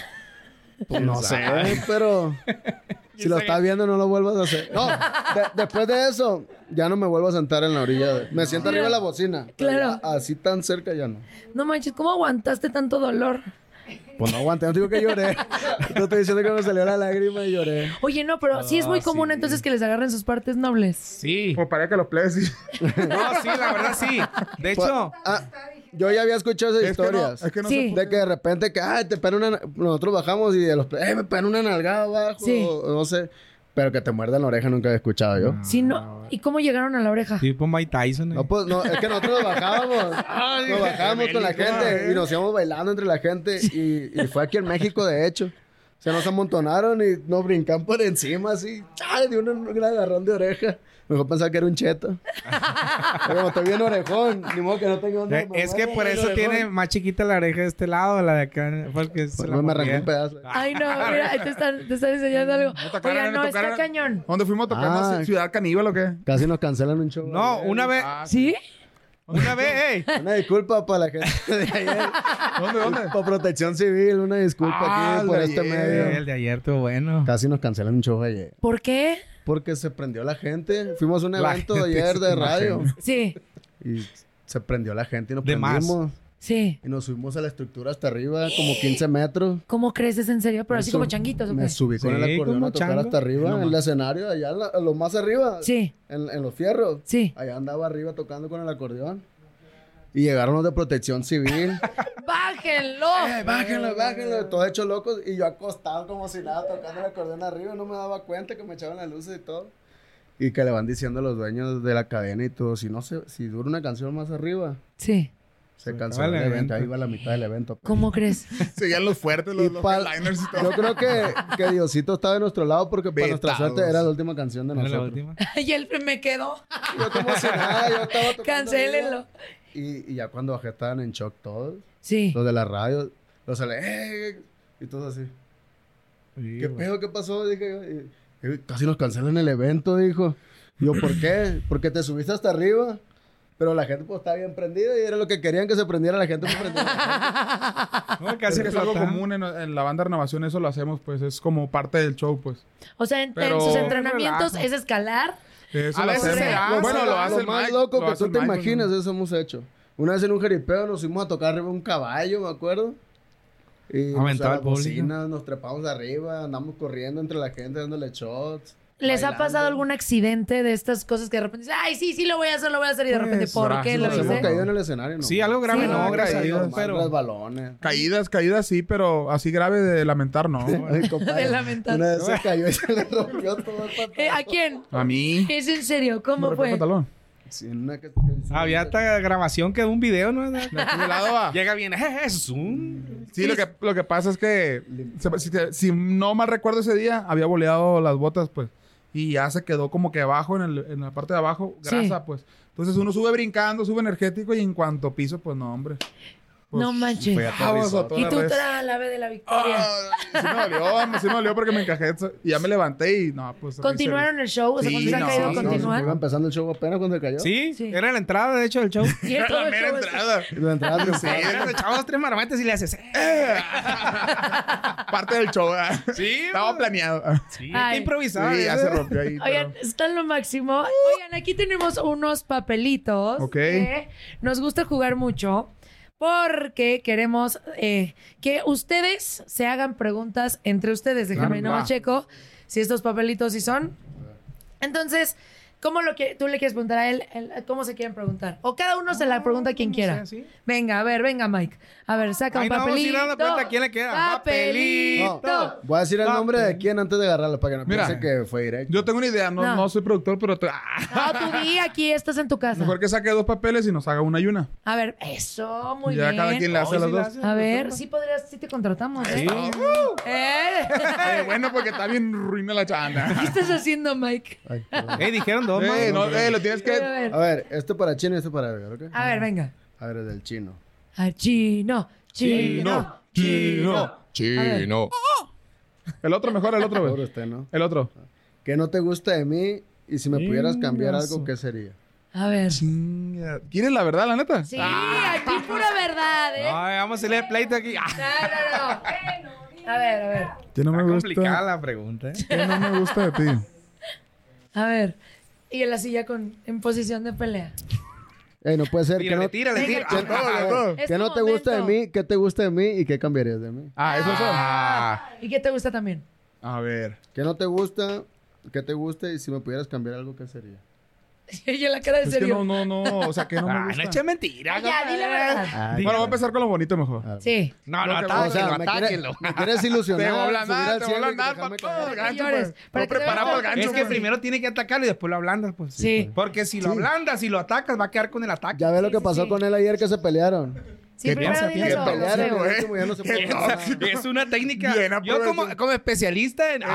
Pues no sé, pero si lo estás viendo no lo vuelvas a hacer. No, de- después de eso, ya no me vuelvo a sentar en la orilla. de- Me siento arriba de la bocina. pero Claro. ya así tan cerca ya no. No manches, ¿cómo aguantaste tanto dolor? Pues no aguanté, no digo que lloré. Yo estoy diciendo que me salió la lágrima y lloré. Oye, no, pero sí es muy común entonces que les agarren sus partes nobles. Sí. Como para que los plebes sí. No, sí, la verdad sí. De hecho, Ah, yo ya había escuchado esas Es que no, historias. es que no Sí. se puede. De que de repente, que, ay, te pegan una... Nosotros bajamos y de los... Eh, me pegan una nalgada abajo. Sí. o no sé. Pero que te muerdan la oreja nunca había escuchado yo. Sí, no. ¿Y cómo llegaron a la oreja? tipo Mike Tyson. eh. No, pues, no, es que nosotros nos bajábamos. nos bajábamos con la gente y nos íbamos bailando entre la gente. Y, y fue aquí en México, de hecho. Se nos amontonaron y nos brincan por encima así. ¡Ay! De un, un agarrón de oreja. Mejor pensaba que era un cheto. Pero como estoy bien orejón, ni modo que no tengo Eh, es que por eso tiene más chiquita la oreja de este lado, la de acá, porque se la No me arrancó un mordieron. pedazo. Ay, no, mira, te están, te están enseñando algo. tocaron, Oiga, no, me está tocaron. cañón. ¿Dónde fuimos a tocar? Ah. ¿No sé, ¿Ciudad Caníbal o qué? Casi nos cancelan un show. No, ayer. una vez, Ah, ¿Sí? una vez, ey. Una disculpa para la gente de ayer. ¿Dónde, dónde? Por protección civil, una disculpa Ah, aquí por el de este ayer. medio. El de ayer estuvo bueno. Casi nos cancelan un show ayer. ¿Por qué? Porque se prendió la gente. Fuimos a un La evento gente ayer se de imagina. radio. Sí, Y se prendió la gente y nos De más. prendimos. sí. Y nos subimos a la estructura hasta arriba, como quince metros. ¿Cómo creces en serio? Pero así Eso, como changuitos, ¿o Me qué? subí con Sí, el acordeón como a tocar chango. hasta arriba, en el escenario, allá en la- en lo más arriba. Sí, En, en los fierros. sí. Allá andaba arriba tocando con el acordeón. Y llegaron los de protección civil. ¡Bájenlo! Eh, bájenlo, bájenlo. Todos hechos locos. Y yo acostado como si nada, tocando el acordeón arriba. No me daba cuenta que me echaban las luces y todo. Y que le van diciendo a los dueños de la cadena y todo. Si no se, si dura una canción más arriba, Sí. se Se canceló acaba el el evento. evento. Ahí va la mitad del evento. ¿Cómo crees? Seguían los fuertes, los, Y los pal- headliners y todo. Yo creo que, que Diosito estaba de nuestro lado porque para nuestra Vetados. suerte era la última canción de Era la nosotros. última. Y él me quedó. Yo como si nada, yo estaba tocando Cancélenlo. arriba. Y, y ya cuando bajé estaban en shock todos. Sí. Los de la radio. Los de la... ¡Eh! Y todos así. Sí, ¿Qué güey. pedo? ¿Qué pasó? Dije yo. Y- y casi nos cancelan el evento, dijo. Y yo, ¿por qué? Porque te subiste hasta arriba. Pero la gente pues estaba bien prendida y era lo que querían que se prendiera la gente. Pues, prendía la gente. No, Es casi que es algo explota. común en, en la banda de renovación, eso lo hacemos, pues es como parte del show, pues. O sea, en, Pero- en sus entrenamientos Relajo. es escalar. Eso A lo veces hacemos. se hace. Bueno, lo hace lo el más Mike, loco lo que hace tú el te Mike, pues, imaginas, ¿no? eso hemos hecho. Una vez en un jaripeo nos fuimos a tocar arriba de un caballo, me acuerdo. Y Aventaba nos, a el las público. bocinas, nos trepamos arriba, andamos corriendo entre la gente dándole shots. ¿Les bailando. ha pasado algún accidente de estas cosas que de repente dicen, ay, sí, sí lo voy a hacer, lo voy a hacer y de Pues, repente, ¿por qué lo gracias a Nos Dios. hemos hice? caído en el escenario, ¿no? Sí, algo grave Sí. no, gracias a Dios, Nomás pero... los balones. Caídas, caídas sí, pero así grave de lamentar, no. Ay, compadre, De lamentar. Una vez se cayó y se le rompió todo el pantalón. Eh, ¿A quién? A mí. ¿Es en serio? Me ¿Cómo rompió el fue? pantalón. Sí, en una que- que- Había hasta grabación que de un video, ¿no? De aquel lado va. Llega bien, "Eh, es un... Sí, lo que, lo que pasa es que, se- si, si no mal recuerdo ese día, había boleado las botas, pues. Y ya se quedó como que abajo, en, el, en la parte de abajo, grasa, Sí. pues. Entonces uno sube brincando, sube energético y en cuanto piso, pues no, hombre. Pues, No manches. fue a vamos a toda Y la tú res. tra la ave de la victoria. Ay, sí me dolió, sí me dolió porque me encajé. Y ya me levanté y no, pues. ¿Continuaron el show? O sea, Sí, cuando se han no, caído, sí, No, ¿continúan? iba empezando el show apenas cuando cayó. Sí, Sí. era la entrada, de hecho, del show. Y el todo La el mera show es- entrada. Y la entrada Sí, triunfal. Era de chavos tres marmates y le haces... "Eh". Parte del show, ¿verdad? Sí, Estaba pues. planeado. Sí, hay Ay. que improvisar. Sí, ya se rompió ahí. Oigan, pero- están lo máximo. Oigan, aquí tenemos unos papelitos Ok. que nos gusta jugar mucho porque queremos eh, que ustedes se hagan preguntas entre ustedes. Déjame, Claro, no va. checo si estos papelitos sí son. Entonces, ¿cómo lo que tú le quieres preguntar a él? Él, ¿Cómo se quieren preguntar? O cada uno se la pregunta a quien no quiera. sé, ¿sí? Venga, a ver, venga, Mike. A ver, saca Ay, un no, vamos a ir papelito. dando cuenta a quién le queda. Papelito. No, voy a decir el nombre de quién antes de agarrarlo para que no Mira, piense que fue directo. Yo tengo una idea, no, No. no soy productor, pero te- ¡ah! No, tú di, aquí estás en tu casa. Mejor que saque dos papeles y nos haga una y una. A ver, eso, muy ya bien. cada quien le hace Hoy las sí la dos. hace. A ver, sí podrías, sí te contratamos, ¿eh? Sí. ¿Eh? Eh, bueno, porque está bien ruina la chanda. ¿Qué estás haciendo, Mike? Ay, perdón. Eh, dijeron dos, Eh, ¿no? no, eh, lo tienes A que. ver, A ver, esto para chino y esto para Edgar, ¿ok? a ver, venga. A ver, el del chino. A chino, chino, chino. Chino. El otro mejor, el otro, Pobre güey. usted, ¿no? El otro. ¿Qué no te gusta de mí? Y si me pudieras cambiar Chingazo. algo, ¿qué sería? A ver. Chinga. ¿Quieres la verdad, la neta? Sí, aquí pura verdad, ¿eh? Ay, vamos a hacer el pleito aquí. Ah, No, no, no. A ver, a ver. Que no me está gusta. complicada la pregunta, ¿eh? Que no me gusta de ti. A ver. Y en la silla con, en posición de pelea. Ey, no puede ser que Tírale, no, tírale, Venga, tírale. chico. todo, todo. Es que tu no te gusta de momento. mí, ¿qué te gusta de mí y qué cambiarías de mí? Ah, eso Ah. ¿Y qué te gusta también? son. A ver. ¿Qué no te gusta? ¿Qué te gusta? Y si me pudieras cambiar algo, ¿qué sería? Y en la cara de Es que serio. no, no, no. O sea, que no me Ah, gusta. no eche mentira. Ay, ya, di la verdad. Bueno, voy a empezar con lo bonito mejor. Ah, Sí. No, Lo no, que- atáquenlo, O sea, me, quiere- atáquenlo. me quieres ilusionar. Te voy a subir ablandar, al te voy a cielo y ablandar dejarme para todo el caer. gancho, Señores, pues. para Voy que te preparado veas para el todo- gancho, Es que pues. primero tiene que atacarlo y después lo ablandas, pues. Sí. Porque si lo ablandas y lo atacas, va a quedar con el ataque. Ya ves lo Sí, que sí, pasó sí. con él ayer que se pelearon. Sí, ¿Qué primero piensa? dile ¿Qué eso. Se pelearon Leo. y al último ya no se puede nada. Es una técnica. Bien Yo como, aprovechado. como especialista en...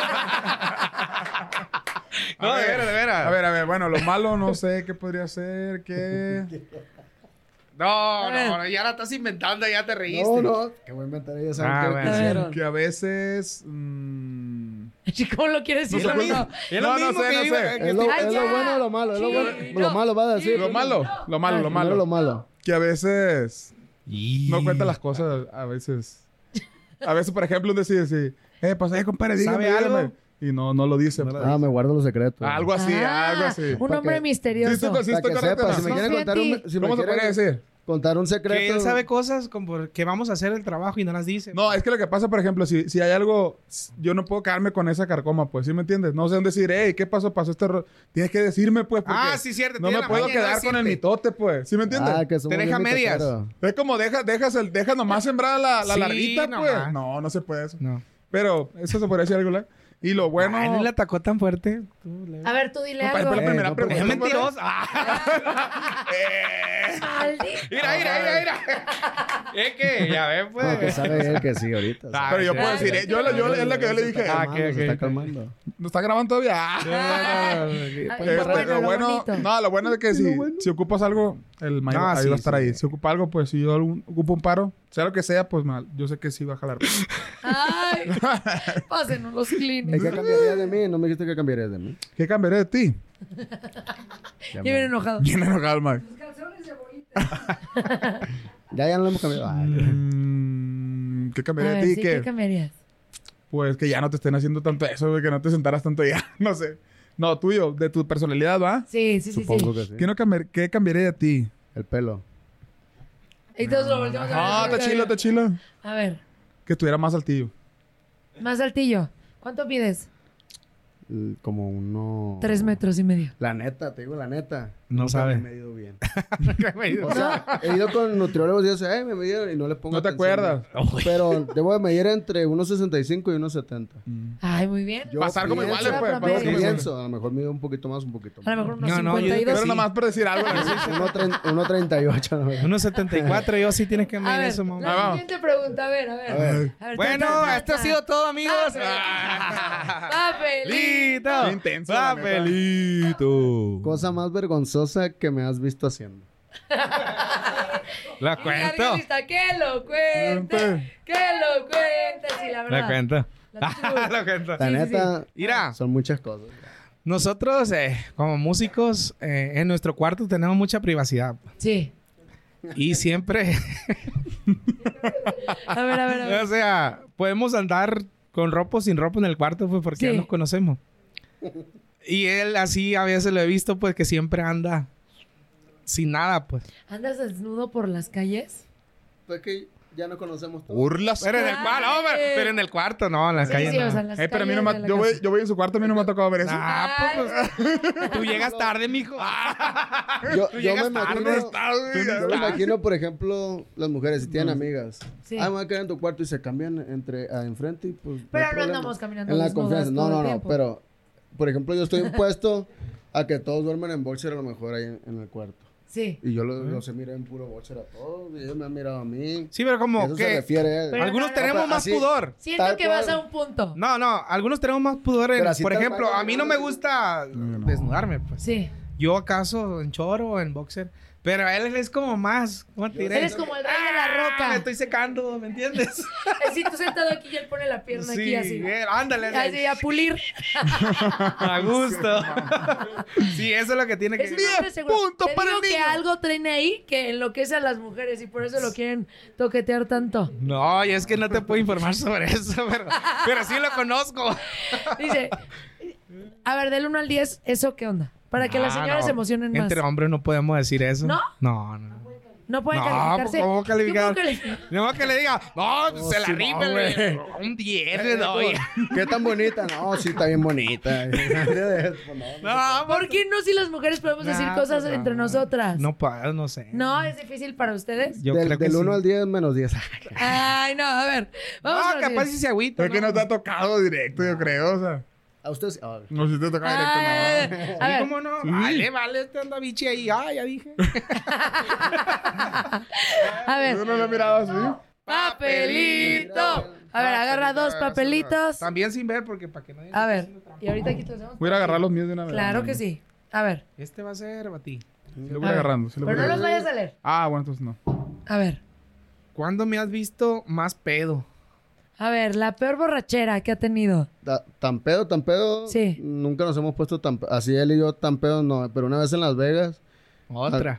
No, A de ver, veras, de veras. A ver, a ver, bueno, lo malo no sé qué podría ser, qué. No, ver. no, no, ya la estás inventando, ya te reíste. No, no. Que voy a inventar ellos. ¿Saben Ah, qué bueno. hicieron? Que a veces. mm, ¿Cómo lo quieres decir? No sé, No, Es lo No, no mismo sé, que no iba- sé. que Es lo, estoy- Ay, es ya. lo bueno o lo malo. Es lo, bueno, Sí, lo no. malo va a decir. Lo malo, lo malo, lo Primero malo. lo malo. Que a veces no cuenta las cosas, a veces. A veces, por ejemplo, un decir así, eh, pues, eh, compadre, dígame, ¿Sabe dígame. algo? Y no, no lo dice. pues. Ah, me guardo los secretos. Algo así, Ah, algo así. Un Pa' hombre que- misterioso. Sí, sí, sí. Para estoy que correcto, sepas, ¿no? si me No quieren fui a contar ti. un, si me ¿Cómo se podría quieren decir? contar un Que secreto. él sabe cosas como que vamos a hacer el trabajo y no las dice. No, es que lo que pasa, por ejemplo, si, si hay algo, yo no puedo quedarme con esa carcoma, pues, ¿sí me entiendes? No sé dónde decir, hey, ¿qué pasó? Pasó este error. Tienes que decirme, pues, porque Ah, sí, cierto, no tiene me la puedo maña de no quedar con el decirte. mitote, pues, ¿sí me entiendes? Ah, que somos Te deja bien medias. mitoteros. Es como dejas, dejas, el, dejas nomás sembrada la, la Sí, larguita, nomás. pues. No, no se puede eso. No. Pero eso se podría decir algo, ¿verdad? Y lo bueno... Ay, no le atacó tan fuerte. Tú, Leo. A ver, tú dile No, para- algo. para la primera Eh, no, pregunta, Es pues. mentiroso. Ah. Maldito. Mira, mira, mira, mira. Es que, ya ves, pues. No, que sabe él que sí, ahorita. Ah, Pero yo sí. puedo Ay, decir, sí, eh, yo, sí, yo, sí, es lo que yo le dije. Ah, Ah, ok, se ok, está ok. calmando. ¿No está grabando todavía? No, no, no, Ay, Eh, bueno, lo lo bueno, bonito. no, lo bueno es que si, si ocupas algo, el Mike Ah, ahí sí, va a estar sí. ahí. Si ocupa algo, pues si yo algún- ocupo un paro, sea lo que sea, pues mal, yo sé que sí va a jalar. Ay, pásenos los ¿Y clínicos. qué cambiarías de mí? No me dijiste que cambiarías de mí. ¿Qué cambiaré de ti? Ya viene enojado. Bien enojado, el Mike. Ya, ya no lo hemos cambiado. Ay, Mm, ¿Qué A cambiaré ver, de ti? sí, que, ¿qué cambiarías? pues que ya no te estén haciendo tanto eso, güey, que no te sentaras tanto ya. No sé. No, tuyo, de tu personalidad, ¿va? Sí, sí, sí, Supongo sí. que sí. ¿Qué, no cambiar- ¿Qué cambiaré de ti? El pelo. Y todos lo volteamos a ver. Ah, está chilo, está chilo. A ver, Que estuviera más altillo. más altillo. ¿Cuánto pides? l- como uno... Tres metros y medio. La neta, te digo la neta. No Nunca sabe. me he medido bien. No. O sea, he ido con nutriólogos y dicen, ay, me midieron y no le pongo ¿No te atención. acuerdas? Pero debo de medir entre uno sesenta y cinco y uno setenta. Ay, muy bien. Yo Pasar como pienso- iguales, pues. Yo pasar Yo como iguales. pienso, a lo mejor mido un poquito más, un poquito A más. lo mejor unos No, no, yo cincuenta y dos. Pero nomás por decir algo. uno treinta y ocho. ¿no? uno setenta y cuatro, yo sí tienes que A medir ver, eso, mamá. la vamos. siguiente pregunta, a ver, a ver. A ver. A ver, Bueno, ta, ta, ta, esto ha ta. sido todo, amigos. Papelito. Papelito. Qué intenso, la neta. Papelito. Cosa más vergonzosa que me has visto haciendo. La Y cuento. Arguista, que lo cuente, que lo cuente. Sí, la verdad. La cuento. La tuya. La cuento. La Sí, sí, neta, Mira. son muchas cosas. Nosotros, eh, como músicos, eh, en nuestro cuarto tenemos mucha privacidad. Sí. Y siempre, A ver, a ver, a ver. o sea, podemos andar con ropa o sin ropa en el cuarto, pues, porque Sí. ya nos conocemos. Y él así a veces lo he visto, pues, que siempre anda sin nada, pues. ¿Andas desnudo por las calles? Pues que ya no conocemos todo. Burlas. Pero en el cuarto, no, pero, pero en el cuarto, no, en la Sí, calle sí, no. o sea, en las Eh, pero a mí no calles me... de la Yo voy, casa. yo voy en su cuarto, a mí no me ha tocado ver eso. Ah, pues, pues, tú llegas tarde, mijo. Yo, Tú yo llegas me tarde, imagino, tarde, yo me imagino, por ejemplo, las mujeres si tienen amigas. Sí. Ah, me voy a quedar en tu cuarto y se cambian entre a enfrente y pues. Pero hay no problema. andamos caminando En la desnudas confianza. No, todo no, el no. tiempo. Pero, por ejemplo, yo estoy impuesto a que todos duermen en boxer a lo mejor ahí en, en el cuarto. Sí. Y yo los, los he mirado en puro boxer a todos. Y ellos me han mirado a mí. Sí, pero Y como eso se que refiere. Pero algunos no, no, tenemos pero más así- pudor. Siento Tal que vas cual. a un punto. No, no, algunos tenemos más pudor en, Pero así por tal ejemplo, cual, a mí no me gusta desnudarme, pues. Sí. Yo acaso en choro o en boxer, pero a él es como más, ¿cómo te diré? Eres como el rey de la Ah, roca. Me estoy secando, ¿me entiendes? Así tú sentado aquí y él pone la pierna aquí así. eh, ándale. Así a pulir. A gusto. Sí, eso es lo que tiene que Es un hombre seguro. punto Te para digo el que niño. algo traen ahí que enloquece a las mujeres y por eso lo quieren toquetear tanto. No, y es que no te puedo informar sobre eso, pero, pero sí lo conozco. Dice, a ver, del uno al diez, ¿eso qué onda? Para que las Ah, señoras no. se emocionen más. Entre hombres no podemos decir eso. ¿No? No, no. No pueden No, calificarse. ¿cómo calificar? Yo puedo calificar. No, que le diga, no, se la sí, rifa, no, güey. güey. Un diez le doy. ¿Qué tan bonita? No, sí, está bien bonita. No, ¿Por qué no si las mujeres podemos decir Nah, cosas pues, entre no. nosotras? No puedo, no sé. ¿No? ¿Es difícil para ustedes? Yo del creo que del sí. uno al diez, menos diez. Ay, no, a ver. Vamos No, a la capaz si siguiente. se agüita. Es que no te ha tocado directo, yo creo, o sea. A ustedes. ah, No, si te toca Ay, directo, a ¿Y ver, cómo no? Vale, vale, este anda bichi ahí. Ah, ya dije. a no. ver. Yo no lo he mirado así. Papelito. A ver, agarra dos papelitos. También sin ver, porque para que no digan A que ver. estoy haciendo trampa. Y ahorita aquí te hacemos. Voy a ir a agarrar los míos de una vez. Claro que sí. A ver. Este va a ser para ti. Sí, lo voy A ver. agarrando. Sí, lo voy Pero no los agarrando. vayas a leer. Ah, bueno, entonces no. A ver. ¿Cuándo me has visto más pedo? A ver, la peor borrachera que ha tenido. ta- Tan pedo, tan pedo. Sí. Nunca nos hemos puesto tan. Así él y yo tan pedo, no. Pero una vez en Las Vegas. Otra.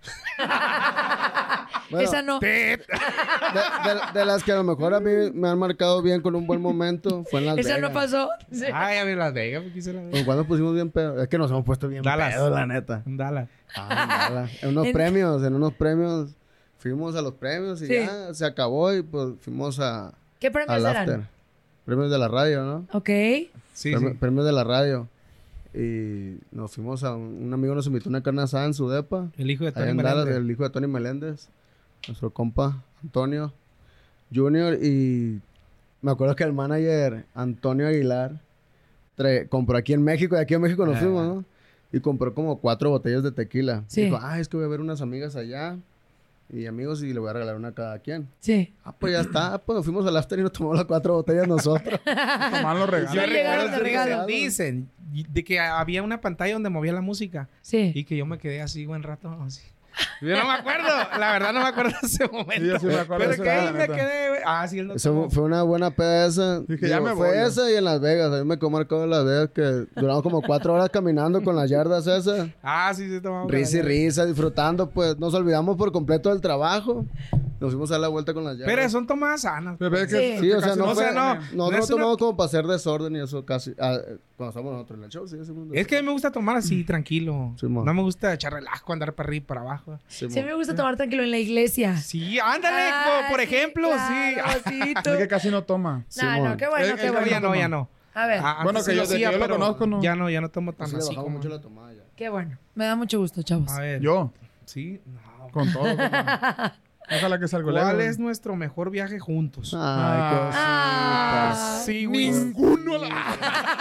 Bueno, Esa no. De, de- de las que a lo mejor a mí me han marcado bien con un buen momento fue en Las Esa Vegas. no pasó. Sí. Ay, a ver, Las Vegas, porque hice Las Pues Vegas. cuando pusimos bien pedo. Es que nos hemos puesto bien Dallas. pedo, la neta. En Dallas. Ah, en Dallas. En unos En- premios, en unos premios. Fuimos a los premios y Sí. ya se acabó y pues fuimos a, ¿Qué premios al eran? after. Premios de la radio, ¿no? Ok. Sí, Premi- sí. Premios de la radio. Y nos fuimos a un, un amigo nos invitó a una carne asada en su depa. El hijo de Allá Tony en Dallas, Meléndez. el hijo de Tony Meléndez. Nuestro compa Antonio Junior. Y me acuerdo que el manager Antonio Aguilar trae- compró aquí en México. Y aquí en México nos Ah. fuimos, ¿no? Y compró como cuatro botellas de tequila. Sí. Dijo, ah, es que voy a ver unas amigas allá. Y amigos, y le voy a regalar una a cada quien. Sí. Ah, pues ya está. Pues nos fuimos al after y nos tomamos las cuatro botellas nosotros. Tomar los regalos. Yo llegaron de regalo. Dicen de que había una pantalla donde movía la música Sí. y que yo me quedé así buen rato así. Yo no me acuerdo, la verdad no me acuerdo de ese momento. Sí, yo sí me acuerdo de Pero eso, que la ahí me neta. quedé, güey. Ah, sí, él no Eso tomó. fue una buena peda esa. Dije, ya Digo, me fue voy, ya. esa y en Las Vegas. A mí me quedó marcado en Las Vegas que duramos como cuatro horas caminando con las yardas esas. Ah, sí, sí, tomamos. Risa y risa, disfrutando. Pues nos olvidamos por completo del trabajo. Nos fuimos a dar la vuelta con las yardas. Pero son tomadas sanas. Pero es que- Sí. es Sí, que o sea, casi no o fue... sea, no, Nosotros no es no tomamos una- como para hacer desorden y eso casi... ah, eh, cuando estábamos nosotros en el show, sí, hacemos Es que a mí me gusta tomar así, tranquilo. Sí, mo. No me gusta echar relajo, andar para arriba y para abajo. Sí, Sí, mo. me gusta tomar tranquilo en la iglesia. Sí, ándale, Ah, como por sí, ejemplo, claro, sí. sí, tú. Es que casi no toma. No, no, Simón. qué bueno, Eh, qué eh, bueno. ya no, ya no. A ver, Ah, Bueno, antes que sí yo- lo de que hacía, yo lo pero conozco, no. Ya no, ya no tomo tan Sí, le así bajamos como... mucho la tomada ya. qué bueno. Me da mucho gusto, chavos. A ver. Yo, Sí, no. con todo. con- Ojalá que salga ¿Cuál lejos. es nuestro mejor viaje juntos? Ay, cositas. Ah, Sí, güey. Ninguno. La...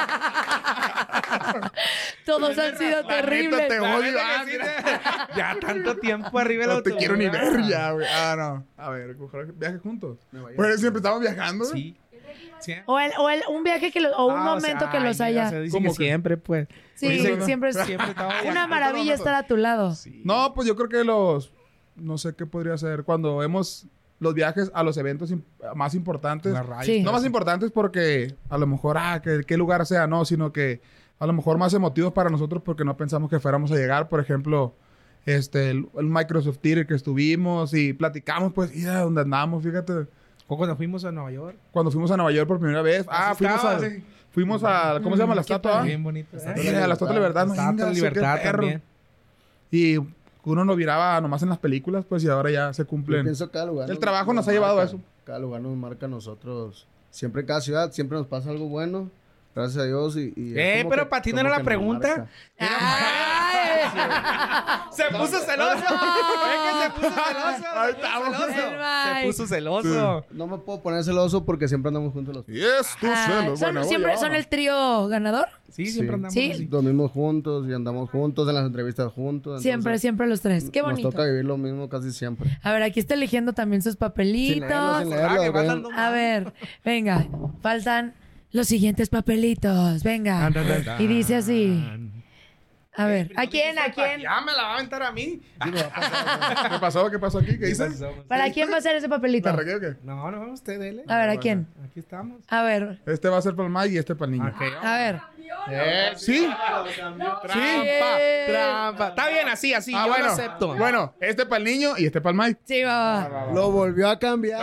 todos han sido neta, terribles. te La odio. neta Ah, que sí, te- ya tanto tiempo arriba del No te autobús. quiero ni ver ya, güey. Ah, no. A ver, mejor viaje juntos. Nueva York. Pues siempre estamos viajando. güey. Sí. Sí. O, el, o el, un viaje que lo- o un Ah, o momento sea, que los ay, haya. o sea, dice ¿Cómo que que? siempre, pues. Sí, Dice- siempre es Siempre estamos una viajando. maravilla estar a tu lado. Sí. No, pues yo creo que los... No sé qué podría ser. Cuando vemos los viajes a los eventos im- más importantes. Las rayas. Sí. No más importantes porque a lo mejor, ah, que qué lugar sea, no, sino que a lo mejor más emotivos para nosotros porque no pensamos que fuéramos a llegar. Por ejemplo, este, el, el Microsoft Theater que estuvimos y platicamos, pues, y a dónde andamos, fíjate. O cuando fuimos a Nueva York. Cuando fuimos a Nueva York por primera vez. Ah, Así fuimos estaba, a... sí. Fuimos a... ¿Cómo se llama la qué estatua? padre. Bien bonito. Eh, a la Estatua de Libertad. no, Estatua venga, de eso, qué Libertad perro. también. Y uno lo miraba nomás en las películas, pues, y ahora ya se Yo cumplen. pienso que cada lugar El trabajo nos ha llevado a eso. Cada lugar nos marca a nosotros. Siempre en cada ciudad, siempre nos pasa algo bueno. Gracias a Dios. Y, y es Eh, como pero que- para ti no como era la que nos pregunta. marca. Ay, Se puso celoso. Es que se puso celoso. Ahí Se puso estamos. celoso. El Mike. Se puso celoso. No me puedo poner celoso porque siempre andamos juntos los Y es tu ah, celo. son- Bueno, siempre oye, son el trío ganador. Sí, siempre Sí. andamos Sí. así. dormimos juntos y andamos juntos en las entrevistas juntos. Siempre, entonces, siempre los tres. Qué Nos bonito. toca vivir lo mismo casi siempre. A ver, aquí está eligiendo también sus Sin leerlo, papelitos. sin leerlo, Ah, que güey. faltan dos A ver, venga, faltan los siguientes papelitos. Venga. Y dice así. A ver, ¿a quién? ¿A quién? Ya me la va a aventar a mí. ¿Qué pasó? ¿Qué pasó aquí? ¿Qué dices? ¿Para quién va a ser ese papelito? ¿La regué o qué? No, no, usted dele. A ver, ¿a quién? Aquí estamos. A ver, Este va a ser para el Mike y este para el niño. Ok. a ver. ¿Sí? Trampa, trampa. Está bien así, así. Ah, yo bueno. lo acepto. Bueno, este para el niño y este para el Mike. Sí, va, va. Lo volvió a cambiar.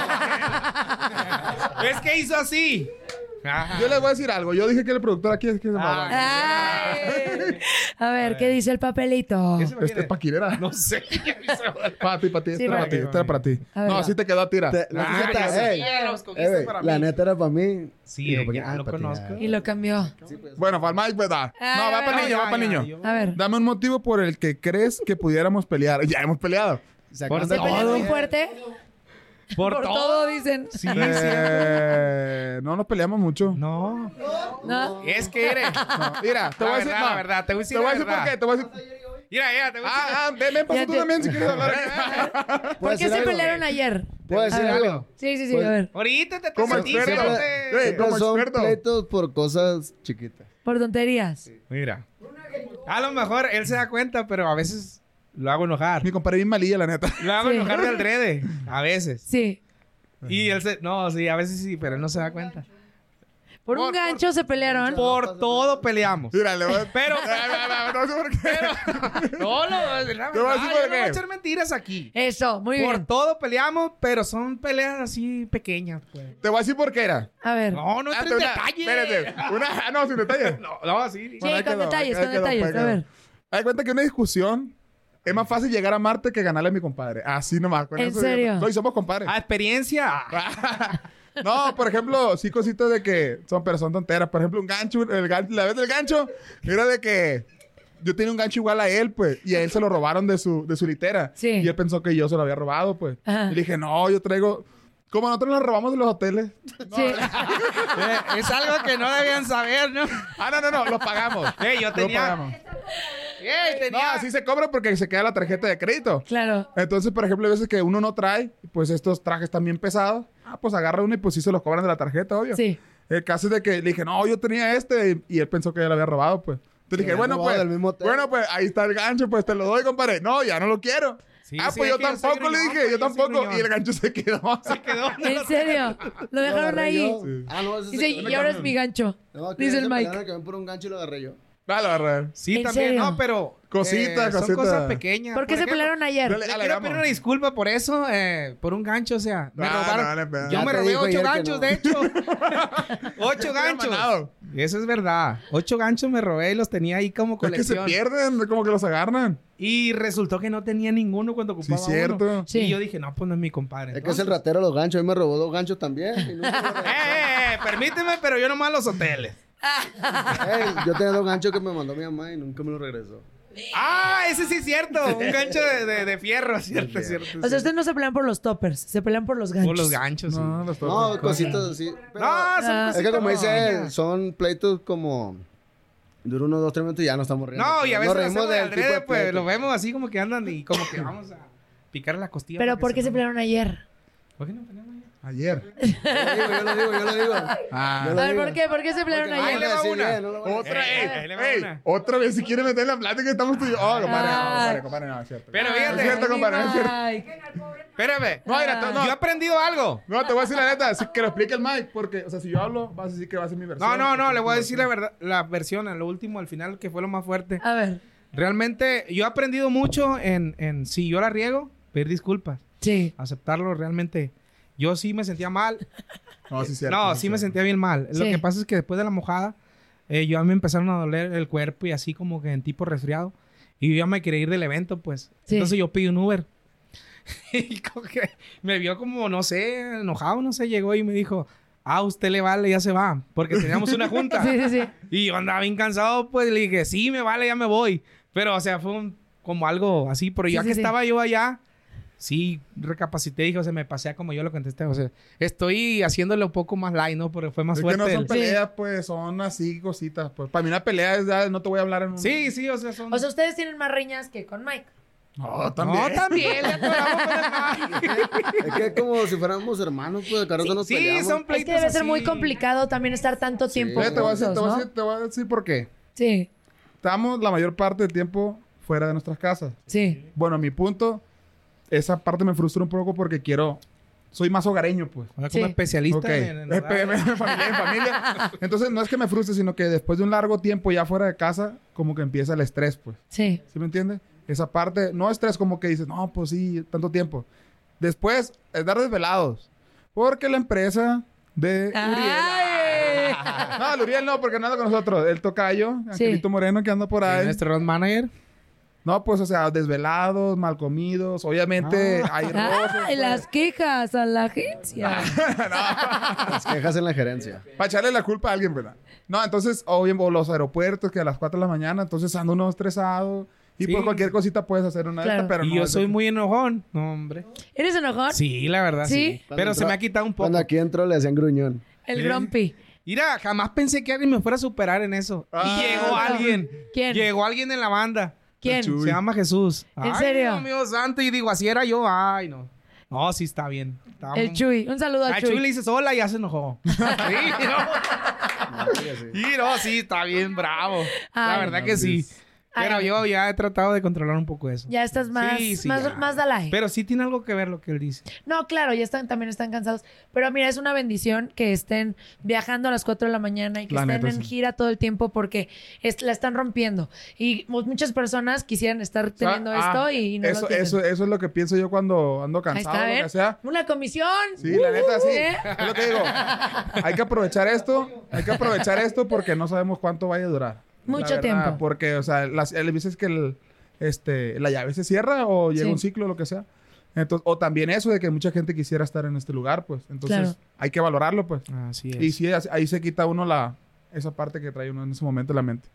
Es que hizo así. Ajá. Yo les voy a decir algo. Yo dije que el productor aquí es que se Ah, Ay. A ver, ¿qué dice el papelito? ¿Qué se me Este quiere? es para Quirera. No sé. Para ti, para ti. Este Sí, era para va. ti. Este era para ti. A ver, No, va. así te quedó a tira. Te- la Ah, neta, yo sabía, ey, lo escogiste eh, güey, para la mí. neta era para mí. Sí, Y ya ponía- lo para ti, conozco. Y lo cambió. Bueno, para el Mike, pues da. Ah, No, va a para ver, el niño, ya, va para el ya, niño. yo- A ver. Dame un motivo por el que crees que pudiéramos pelear. Ya hemos peleado. Se Por ¿Se acuerdan pelean de- muy fuerte? Por, Por todo. todo dicen. Sí, Eh, no nos peleamos mucho. No. ¿No? Es que eres. No, mira, te La voy a decir. verdad, no, la verdad, te voy a decir Te voy a la decir por verdad. qué. Te voy a decir. Mira, mira, te voy a decir. Ah, ah, ven, ven, pasa Ya tú te- también si quieres hablar. ¿Por ¿Puedo qué decir se algo? pelearon ayer? ¿Puedo decir A ver. algo? Sí, sí, sí, Pues- a ver. Ahorita te Como sentí, experto. fíjate. Güey, Siempre como son experto. pleitos por cosas chiquitas. Por tonterías. Mira. A lo mejor él se da cuenta, pero a veces lo hago enojar. Mi compadre bien malilla, la neta. Lo hago Sí. enojar de aldrede. A veces. Sí. Y él se... No, sí, a veces sí, pero él no se da cuenta. Por un Por- gancho se pelearon. Por todo peleamos. Mira, le voy a... Pero... No sé por qué. No, no, es la Te voy a decir verdad, por yo no voy a qué. echar mentiras aquí. Eso, muy Por bien. todo peleamos, pero son peleas así pequeñas, pues. Te voy a decir por qué era. A ver. No, no Ah, entres en una- detalle. Espérate. Una... ah, no, sin detalles. No, no, sí. Sí, Bueno, ahí con quedó, detalles, ahí con quedó, detalles. ahí A quedó. ver. Haz cuenta que una discusión es más fácil llegar a Marte que ganarle a mi compadre. Así nomás. Con ¿En eso serio? No, y somos compadres. A experiencia. No, por ejemplo, sí cositas de que son, pero son tonteras. Por ejemplo, un gancho, el gan- la vez del gancho, era de que yo tenía un gancho igual a él, pues, y a él se lo robaron de su, de su litera. Sí. Y él pensó que yo se lo había robado, pues. Ajá. Y le dije, no, yo traigo... Como nosotros nos robamos de los hoteles. Sí. Eh, es algo que no debían saber, ¿no? Ah, no, no, no, los pagamos. Eh, yo Los tenía... pagamos. Eh, No, tenía... así se cobra porque se queda la tarjeta de crédito. Claro. Entonces, por ejemplo, hay veces que uno no trae, pues estos trajes también pesados. Ah, pues agarra uno y pues sí se los cobran de la tarjeta, obvio. Sí. El caso es de que le dije, no, yo tenía este. Y él pensó que ya lo había robado, pues. Entonces Se dije, había bueno, robado pues. del mismo hotel. Bueno, pues ahí está el gancho, pues te lo doy, compadre. No, ya no lo quiero. Sí, ah, sí, pues es yo que yo soy tampoco le gruñón, dije, pues, yo yo soy tampoco. gruñón. Y el gancho se quedó. Se quedó. ¿En serio? Lo dejaron agarré ahí. yo. Ah, no, ese Dice, se y ahora es mi gancho. No, que Dice el se Mike. pelearon que ven por un gancho y lo agarré yo. Dale, agarré. Sí, ¿En también. serio? No, pero... Cositas, eh, Son cositas. cosas pequeñas. ¿Por qué se ejemplo, pelearon ayer? Dale, Le Ale, quiero vamos. pedir una disculpa por eso, eh, por un gancho, o sea, me Ah, robaron. no, no, no, Yo Ya me te robé dijo ocho ayer que ganchos, no. de hecho. ocho Estoy ganchos. amanado. Eso es verdad. Ocho ganchos me robé y los tenía ahí como Es que colección. se pierden, como que los agarran. Y resultó que no tenía ninguno cuando Sí, ocupaba cierto. uno. Sí. Y yo dije, no, pues no es mi compadre. Es que es el ratero de los ganchos. A mí me robó dos ganchos también. Y nunca me lo Eh, regresó. eh, eh, permíteme, pero yo nomás los hoteles. Ey, yo tenía dos ganchos que me mandó mi mamá y nunca me los regresó. Ah, ese sí es cierto. Un gancho de, de, de fierro, cierto, De cierto. O sea, sí. ustedes no se pelean por los toppers, se pelean por los ganchos. Por los ganchos, sí. No, los No, todos. cositas así. Pero No, son Ah. es que cositas como dice él, pequeñas. son pleitos como... Dura unos dos, tres minutos y ya no estamos riendo. No, y a veces Nos lo reímos hacemos de del tipo adrede, de pues pleito. lo vemos así como que andan y como que vamos a picar la costilla. Pero para que ¿por qué se no- pelearon ayer? ¿Por qué no peleamos ya? Ayer. Yo lo digo, yo lo digo. Ah. Yo A lo ver, digo. ¿por qué? ¿Por qué se pelearon Porque no Ahí ayer? le van a va decir una. bien, no lo van a Otra, Eh, ey, ahí le va ey, una. otra vez, si quiere meter en la plática, estamos tú y yo. Oh, compadre, no, Ay. compadre, compadre, no, es cierto. Pero No fíjate. es cierto, compadre, no es cierto. Ay, Espérame. No, mira, tú- no. Yo he aprendido algo. No, te voy a decir la neta, sí, que lo explique el Mike, porque, o sea, si yo hablo, vas a decir que va a ser mi versión. No, no, no, porque le es voy a tu decir la versión. verdad, la versión, a lo último, al final, que fue lo más fuerte. A ver, Realmente, yo he aprendido mucho en, en si yo la riego, pedir disculpas, sí. aceptarlo realmente. Yo sí me sentía mal. No, sí, cierto. No, sí me sentía bien mal. Lo Sí. que pasa es que después de la mojada, eh, yo a mí me empezaron a doler el cuerpo y así como que en tipo resfriado. Y yo ya me quería ir del evento, pues. Sí. Entonces yo pedí un Uber. Y como que me vio como, no sé, enojado, no sé, llegó y me dijo, ah, usted le vale, ya se va. Porque teníamos una junta. Sí, sí, sí. Y yo andaba bien cansado, pues le dije, sí, me vale, ya me voy. Pero, o sea, fue un- como algo así. Pero Sí, ya sí, que sí. estaba yo allá, sí, recapacité, dije, o sea, me pasé a como yo lo contesté. O sea, estoy haciéndole un poco más light, ¿no? Porque fue más Es que fuerte. no son el- peleas, pues, son así cositas. Pues, para mí una pelea es, ya, no te voy a hablar en un... Sí, sí, o sea, son... O sea, ustedes tienen más riñas que con Mike. No, también. No, también, ya atoramos con el Mike. Es que es como si fuéramos hermanos, pues, de carota nos Sí, peleamos. son Es pleitos que debe ser así. muy complicado también estar tanto tiempo Oye, te voy a decir, juntos, te voy a ¿no? decir, te voy a decir por qué. Sí, Estamos la mayor parte del tiempo fuera de nuestras casas. sí. Bueno, a mi punto, esa parte me frustra un poco porque quiero... Soy más hogareño, pues. O sea, como Sí. especialista Ok. en, en Es pe- hogar. en familia, en familia. Entonces, no es que me frustre, sino que después de un largo tiempo ya fuera de casa, como que empieza el estrés, pues. Sí. ¿Sí me entiendes? Esa parte, no estrés como que dices, no, pues sí, tanto tiempo. Después, estar desvelados. Porque la empresa de Uriel... ¡Ay! No, el Uriel no, porque no anda con nosotros. El tocayo, Sí. Angelito Moreno, que anda por ¿Y ahí. nuestro road manager? No, pues, o sea, desvelados, mal comidos. Obviamente, hay roces. ¡Ay, las quejas a la agencia! Las quejas en la gerencia. Para echarle la culpa a alguien, ¿verdad? No, entonces, obviamente, los aeropuertos que a las cuatro de la mañana, entonces ando uno estresado. Y Sí. por cualquier cosita puedes hacer una de Claro. estas, pero y no yo es de soy que- muy enojón. No, hombre. ¿Eres enojón? Sí, la verdad, ¿Sí? sí. Cuando Pero se entró- me ha quitado un poco. Cuando aquí entró le hacían gruñón. El Sí. grumpy. Mira, jamás pensé que alguien me fuera a superar en eso. Ah, y llegó alguien. ¿Quién? Llegó alguien en la banda. ¿Quién? Chuy. Se llama Jesús. ¿En Ay, serio? Dios mío santo. Y digo, así era yo. Ay, no. No, sí está bien. Estaba El muy- Chuy. Un saludo al A Chuy. Chuy le dices hola y ya se enojó. sí, no. Y no, sí, está bien bravo. La Ay. verdad que sí. Pero Ay. yo ya he tratado de controlar un poco eso. Ya estás más, Sí, sí, más, ya. más Dalai. Pero sí tiene algo que ver lo que él dice. No, claro, ya están, también están cansados. Pero mira, es una bendición que estén viajando a las cuatro de la mañana y que La estén neta, en sí. gira todo el tiempo porque es- la están rompiendo. Y mu- muchas personas quisieran estar teniendo Ah, esto y no eso, lo tienen. eso, eso es lo que pienso yo cuando ando Ahí cansado, está, lo ¿ven? que sea. Una comisión. Sí, la neta, sí. ¿Eh? Es lo que digo. Hay que aprovechar esto. Hay que aprovechar esto porque no sabemos cuánto vaya a durar. Mucho La verdad, tiempo. Porque, o sea, las, hay veces que el, este, la llave se cierra o llega Sí. un ciclo, lo que sea. Entonces, o también eso de que mucha gente quisiera estar en este lugar, pues. Entonces, Claro. hay que valorarlo, pues. Así es. Y sí, así- ahí se quita uno la, esa parte que trae uno en ese momento en la mente.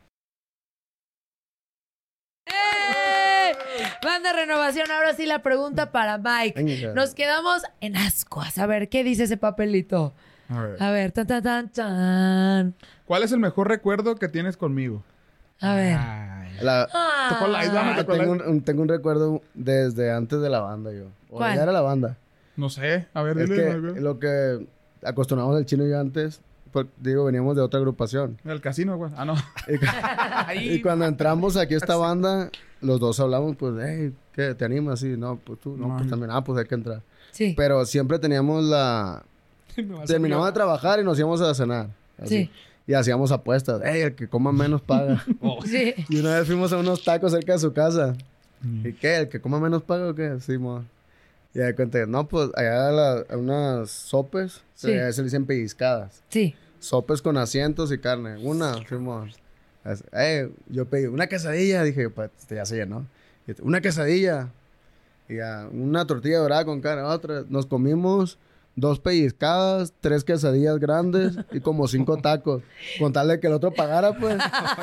¡Eh! Banda Renovación, ahora sí la pregunta para Mike. Venga. Nos quedamos en ascuas. A ver, ¿qué dice ese papelito? A ver. A ver, tan, tan, tan, tan. ¿Cuál es el mejor recuerdo que tienes conmigo? A ver. Ay. La- Ah. Tocó la- dame, Ah, tocó la- tengo, un, un- tengo un recuerdo desde antes de la banda, yo. O ¿Cuál? ya era la banda. No sé. A ver, Es dile. que algo. lo que acostumbramos el chino y yo antes, pues, digo, veníamos de otra agrupación. El casino, güey. Ah, no. Y, cu- Ay, y cuando entramos aquí a esta banda, los dos hablamos, pues, hey, ¿qué? ¿Te animas? Sí, no, pues tú, no, No, pues no. también, ah, pues hay que entrar. Sí. Pero siempre teníamos la... me va a Terminamos de trabajar y nos íbamos a cenar. así. Sí. Y hacíamos apuestas. Hey, el que coma menos paga. Sí. Y una vez fuimos a unos tacos cerca de su casa. ¿Y qué? ¿El que coma menos paga o qué? Sí, mo. Y ahí cuenta, no, pues allá la- a unas sopes, Sí. se, se le dicen pellizcadas. Sí. sopes con asientos y carne. Una, Simón. Eh, yo pedí una quesadilla, dije, pues ya se llenó. Una quesadilla. Y ya, una tortilla dorada con carne, otra. Nos comimos dos pellizcadas, tres quesadillas grandes y como cinco tacos. Con tal de que el otro pagara, pues.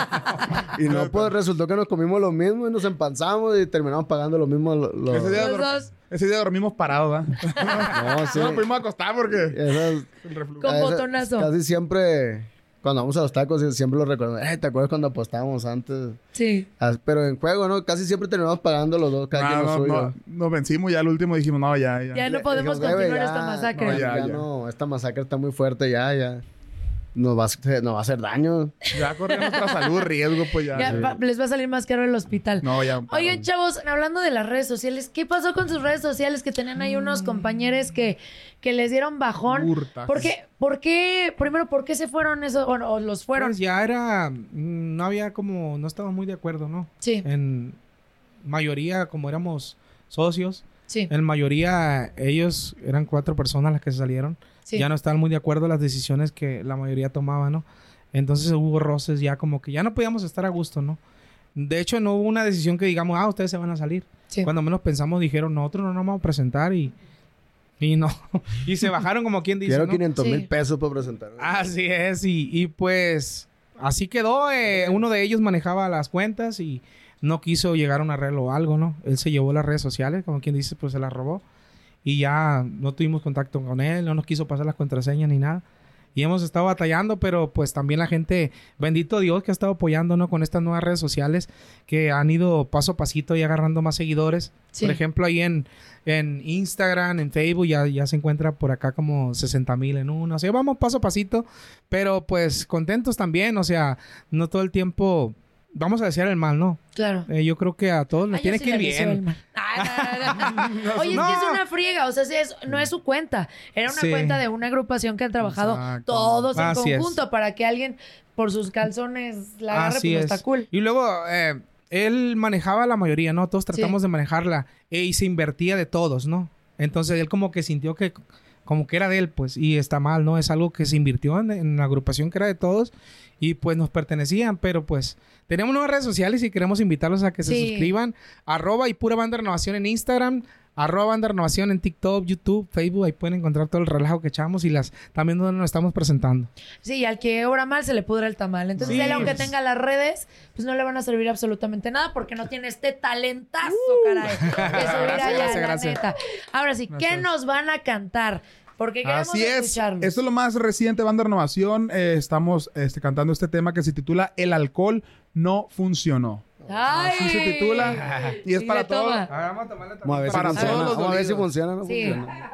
Y no, pues resultó que nos comimos lo mismo y nos empanzamos y terminamos pagando lo mismo. Lo, lo... Ese, día Los dor- dos. ese día dormimos parados, ¿verdad? No, sí. No nos pudimos acostar porque... Esas- el reflujo. Con esas- botonazo. Casi siempre, cuando vamos a los tacos, siempre lo recuerdo. Eh, ¿te acuerdas cuando apostábamos antes? Sí. Ah, pero en juego, ¿no? Casi siempre terminamos pagando los dos, cada No, quien lo no, suyo. no, nos vencimos ya al último dijimos, no, ya, ya. Ya no podemos Dijimos, "Bebe, continuar ya, esta masacre. no, Ya, ya, ya. no, esta masacre está muy fuerte ya, ya. Nos va, a- nos va a hacer daño. Ya corre nuestra salud, riesgo, pues ya. Ya sí. va- les va a salir más caro el hospital. No, ya. Oigan, chavos, hablando de las redes sociales, ¿qué pasó con sus redes sociales? Que tenían ahí unos compañeros que, que les dieron bajón. Hurtas. ¿Por qué? ¿Por qué? Primero, ¿por qué se fueron esos? O, o los fueron. Pues ya era, mm, no había como, no estábamos muy de acuerdo, ¿no? Sí, En mayoría, como éramos socios, sí, en mayoría ellos eran cuatro personas las que se salieron. sí. Ya no estaban muy de acuerdo a las decisiones que la mayoría tomaba, ¿no? Entonces hubo roces ya como que ya no podíamos estar a gusto, ¿no? De hecho, no hubo una decisión que digamos, ah, ustedes se van a salir. Sí. Cuando menos pensamos, dijeron, nosotros no nos vamos a presentar y... Y no. Y se bajaron como quien dice, Quiero ¿no? quinientos mil Sí. pesos para presentar. Así es. Y, y pues así quedó. eh, uno de ellos manejaba las cuentas y no quiso llegar a un arreglo o algo, ¿no? Él se llevó las redes sociales, como quien dice, pues se las robó. Y ya no tuvimos contacto con él, no nos quiso pasar las contraseñas ni nada. Y hemos estado batallando, pero pues también la gente, bendito Dios, que ha estado apoyando, ¿no? Con estas nuevas redes sociales que han ido paso a pasito y agarrando más seguidores. Sí. Por ejemplo, ahí en, en Instagram, en Facebook, ya, ya se encuentra por acá como sesenta mil en uno. O sea, vamos paso a pasito, pero pues contentos también. O sea, no todo el tiempo vamos a desear el mal, ¿no? Claro. Eh, yo creo que a todos les Ay, tiene yo sí que ir le deseo el bien. mal. Ay, no, no, no. Oye, No. es que es una friega. O sea, sí es- no es su cuenta. Era una Sí. cuenta de una agrupación que han trabajado Exacto. todos en Así es. conjunto para que alguien por sus calzones la agarre, Así pues es. no está cool. Y luego, eh, él manejaba la mayoría, ¿no? Todos tratamos Sí. de manejarla. eh, y se invertía de todos, ¿no? Entonces, él como que sintió que... Como que era de él, pues. Y está mal, ¿no? Es algo que se invirtió en, en la agrupación que era de todos. Y pues nos pertenecían. Pero pues... Tenemos nuevas redes sociales y queremos invitarlos a que se Sí. suscriban. Arroba y pura banda renovación en Instagram. Arroba banda renovación en TikTok, YouTube, Facebook. Ahí pueden encontrar todo el relajo que echamos y las también donde nos estamos presentando. Sí, y al que obra mal se le pudra el tamal. Entonces, Sí. él, aunque tenga las redes, pues no le van a servir absolutamente nada porque no tiene este talentazo, caray, de subir Gracias, allá, gracias, la gracias. neta. Ahora sí, ¿qué Gracias. nos van a cantar? Porque queremos Así es. escucharlos. Esto es lo más reciente, Banda Renovación. Eh, estamos este, cantando este tema que se titula El alcohol no funcionó. ¡Ay! Así se titula. Y es Sí, para le todos. toma. vamos a tomarle Vamos a ver si Para funciona. todos los Vamos a ver si dolidos. funciona o no Sí. funciona.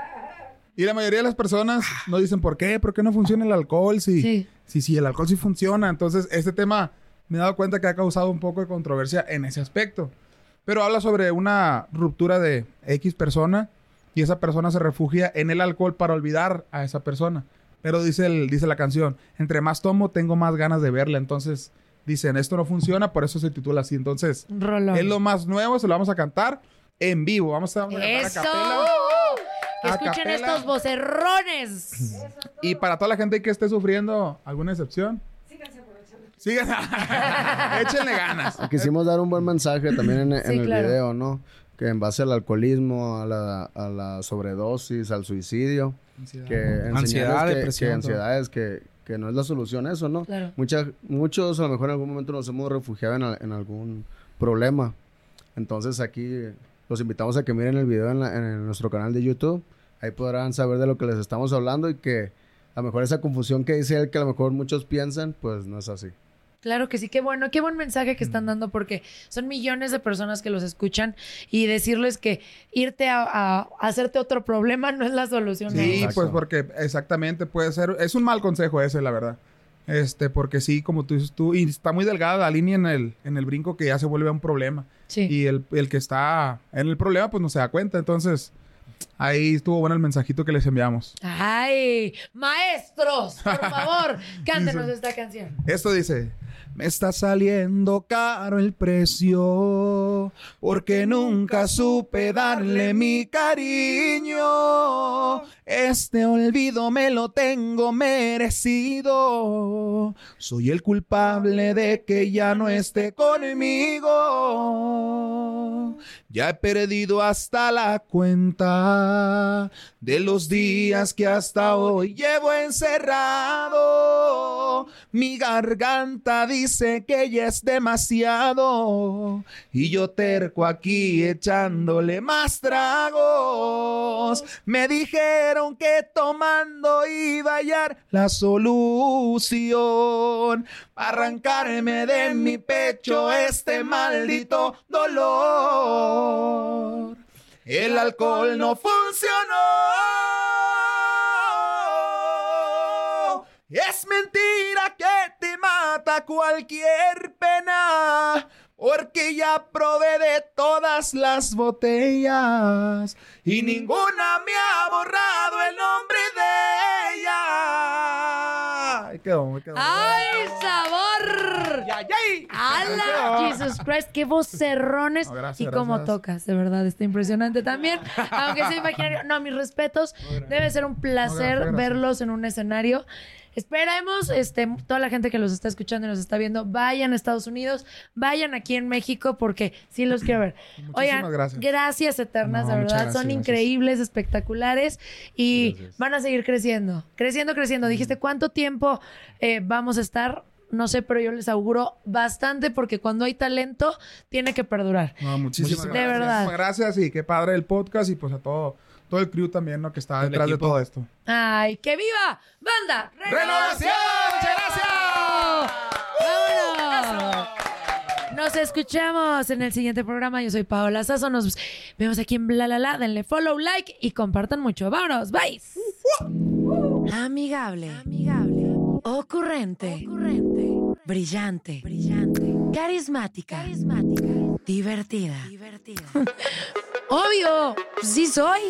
Y la mayoría de las personas nos dicen, ¿por qué? ¿Por qué no funciona el alcohol? Si, Sí. sí, sí, el alcohol sí funciona. Entonces, este tema me he dado cuenta que ha causado un poco de controversia en ese aspecto. Pero habla sobre una ruptura de X persona y esa persona se refugia en el alcohol para olvidar a esa persona. Pero dice, el, dice la canción, entre más tomo, tengo más ganas de verla. Entonces, dicen, esto no funciona, por eso se titula así. Entonces, Un rolón. es lo más nuevo, se lo vamos a cantar en vivo. Vamos a, vamos a cantar a ¡Eso! capela. Que A escuchen capela. estos vocerrones. Y para toda la gente que esté sufriendo alguna excepción, síganse. Échenle ganas. Quisimos dar un buen mensaje también en, en Sí, el claro. video, ¿no? Que en base al alcoholismo, a la, a la sobredosis, al suicidio, que enseñarles Ansiedad, que, depresión, que ansiedades, que, que no es la solución eso, ¿no? Claro. Muchas, muchos a lo mejor en algún momento nos hemos refugiado en, al- en algún problema. Entonces aquí los invitamos a que miren el video en, la- en nuestro canal de YouTube. Ahí podrán saber de lo que les estamos hablando y que a lo mejor esa confusión que dice él, que a lo mejor muchos piensan, pues no es así. Claro que sí, qué bueno, qué buen mensaje que están dando porque son millones de personas que los escuchan y decirles que irte a, a hacerte otro problema no es la solución. Sí, a eso. Exacto. pues porque exactamente puede ser, es un mal consejo ese, la verdad. Este, porque sí, como tú dices tú, y está muy delgada la línea en el, en el brinco que ya se vuelve un problema. Sí. Y el, el que está en el problema, pues no se da cuenta. Entonces, ahí estuvo bueno el mensajito que les enviamos. Ay, maestros, por favor, cántenos Dice- esta canción. Esto dice, Me está saliendo caro el precio, porque nunca supe darle mi cariño. Este olvido me lo tengo merecido. Soy el culpable de que ya no esté conmigo. Ya he perdido hasta la cuenta de los días que hasta hoy llevo encerrado. Mi garganta dice que ya es demasiado y yo terco aquí echándole más tragos. Me dijeron que tomando iba a hallar la solución para arrancarme de mi pecho este maldito dolor. El alcohol no funcionó. Es mentira que te mata cualquier pena, porque ya probé de todas las botellas y ninguna me ha borrado el nombre de ella. Ahí quedó, me quedó. ¡Ay, sabor! ¡Ya, ya! ¡Hala! Jesus Christ, qué vocerrones. No, gracias, y cómo gracias. tocas, de verdad, está impresionante también. Aunque sea imaginario. No, mis respetos. Debe ser un placer No, gracias, gracias. verlos en un escenario. Esperemos, este, toda la gente que los está escuchando y nos está viendo, vayan a Estados Unidos, vayan aquí en México, porque sí los quiero ver. Muchísimas Oigan, gracias. gracias eternas, No, de muchas verdad. gracias, Son gracias. increíbles, espectaculares y Gracias. van a seguir creciendo, creciendo, creciendo. Dijiste, ¿cuánto tiempo eh, vamos a estar? No sé, pero yo les auguro bastante, porque cuando hay talento, tiene que perdurar. No, muchísimas De gracias. verdad. Gracias y qué padre el podcast y pues a todo, todo el crew también, ¿no? Que está El detrás de equipo. todo esto. ¡Ay, que viva! ¡Banda! ¡Renovación! ¡Muchas gracias! ¡Vámonos! Nos escuchamos en el siguiente programa. Yo soy Paola Sasso. Nos vemos aquí en Bla La La. Denle follow, like y compartan mucho. ¡Vámonos! ¡Bye! Amigable. Amigable. Ocurrente. Ocurrente. Brillante. Brillante. Carismática. Carismática. Divertida. Divertida. ¡Obvio! Sí soy.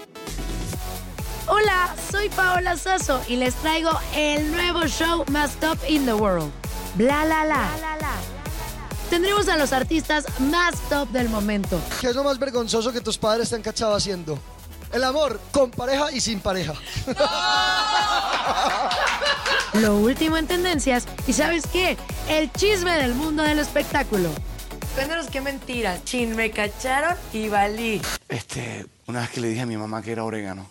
Hola, soy Paola Sasso y les traigo el nuevo show más top in the world. Bla La La. Tendremos a los artistas más top del momento. ¿Qué es lo más vergonzoso que tus padres te han cachado haciendo? El amor con pareja y sin pareja. Lo último en tendencias y ¿sabes qué? El chisme del mundo del espectáculo. Cuéntanos qué mentiras. Chin, me cacharon y valí. Este, una vez que le dije a mi mamá que era orégano.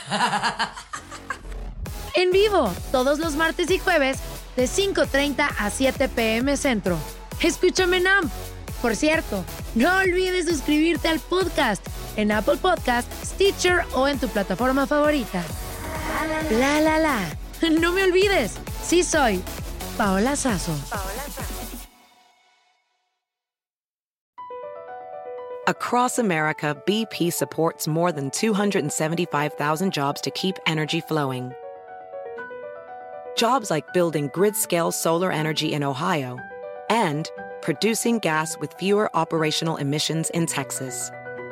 En vivo, todos los martes y jueves, de cinco treinta a siete pm centro. Escúchame en A M P. Por cierto, no olvides suscribirte al podcast en Apple Podcast, Stitcher o en tu plataforma favorita. La la la. No me olvides, sí soy Paola Sasso. Across America, B P supports more than two hundred seventy-five thousand jobs to keep energy flowing. Jobs like building grid-scale solar energy in Ohio and producing gas with fewer operational emissions in Texas.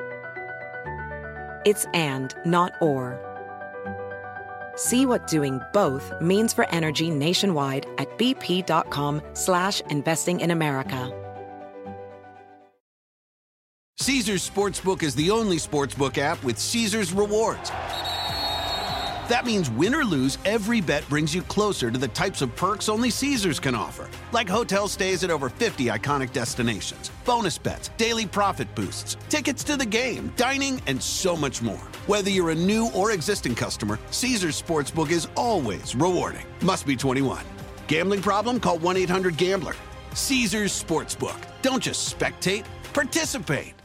It's and, not or. See what doing both means for energy nationwide at bp.com slash investing in America. Caesars Sportsbook is the only sportsbook app with Caesars Rewards. That means win or lose, every bet brings you closer to the types of perks only Caesars can offer, like hotel stays at over fifty iconic destinations, bonus bets, daily profit boosts, tickets to the game, dining, and so much more. Whether you're a new or existing customer, Caesars Sportsbook is always rewarding. Must be twenty-one. Gambling problem? Call one eight hundred gambler. Caesars Sportsbook. Don't just spectate, participate.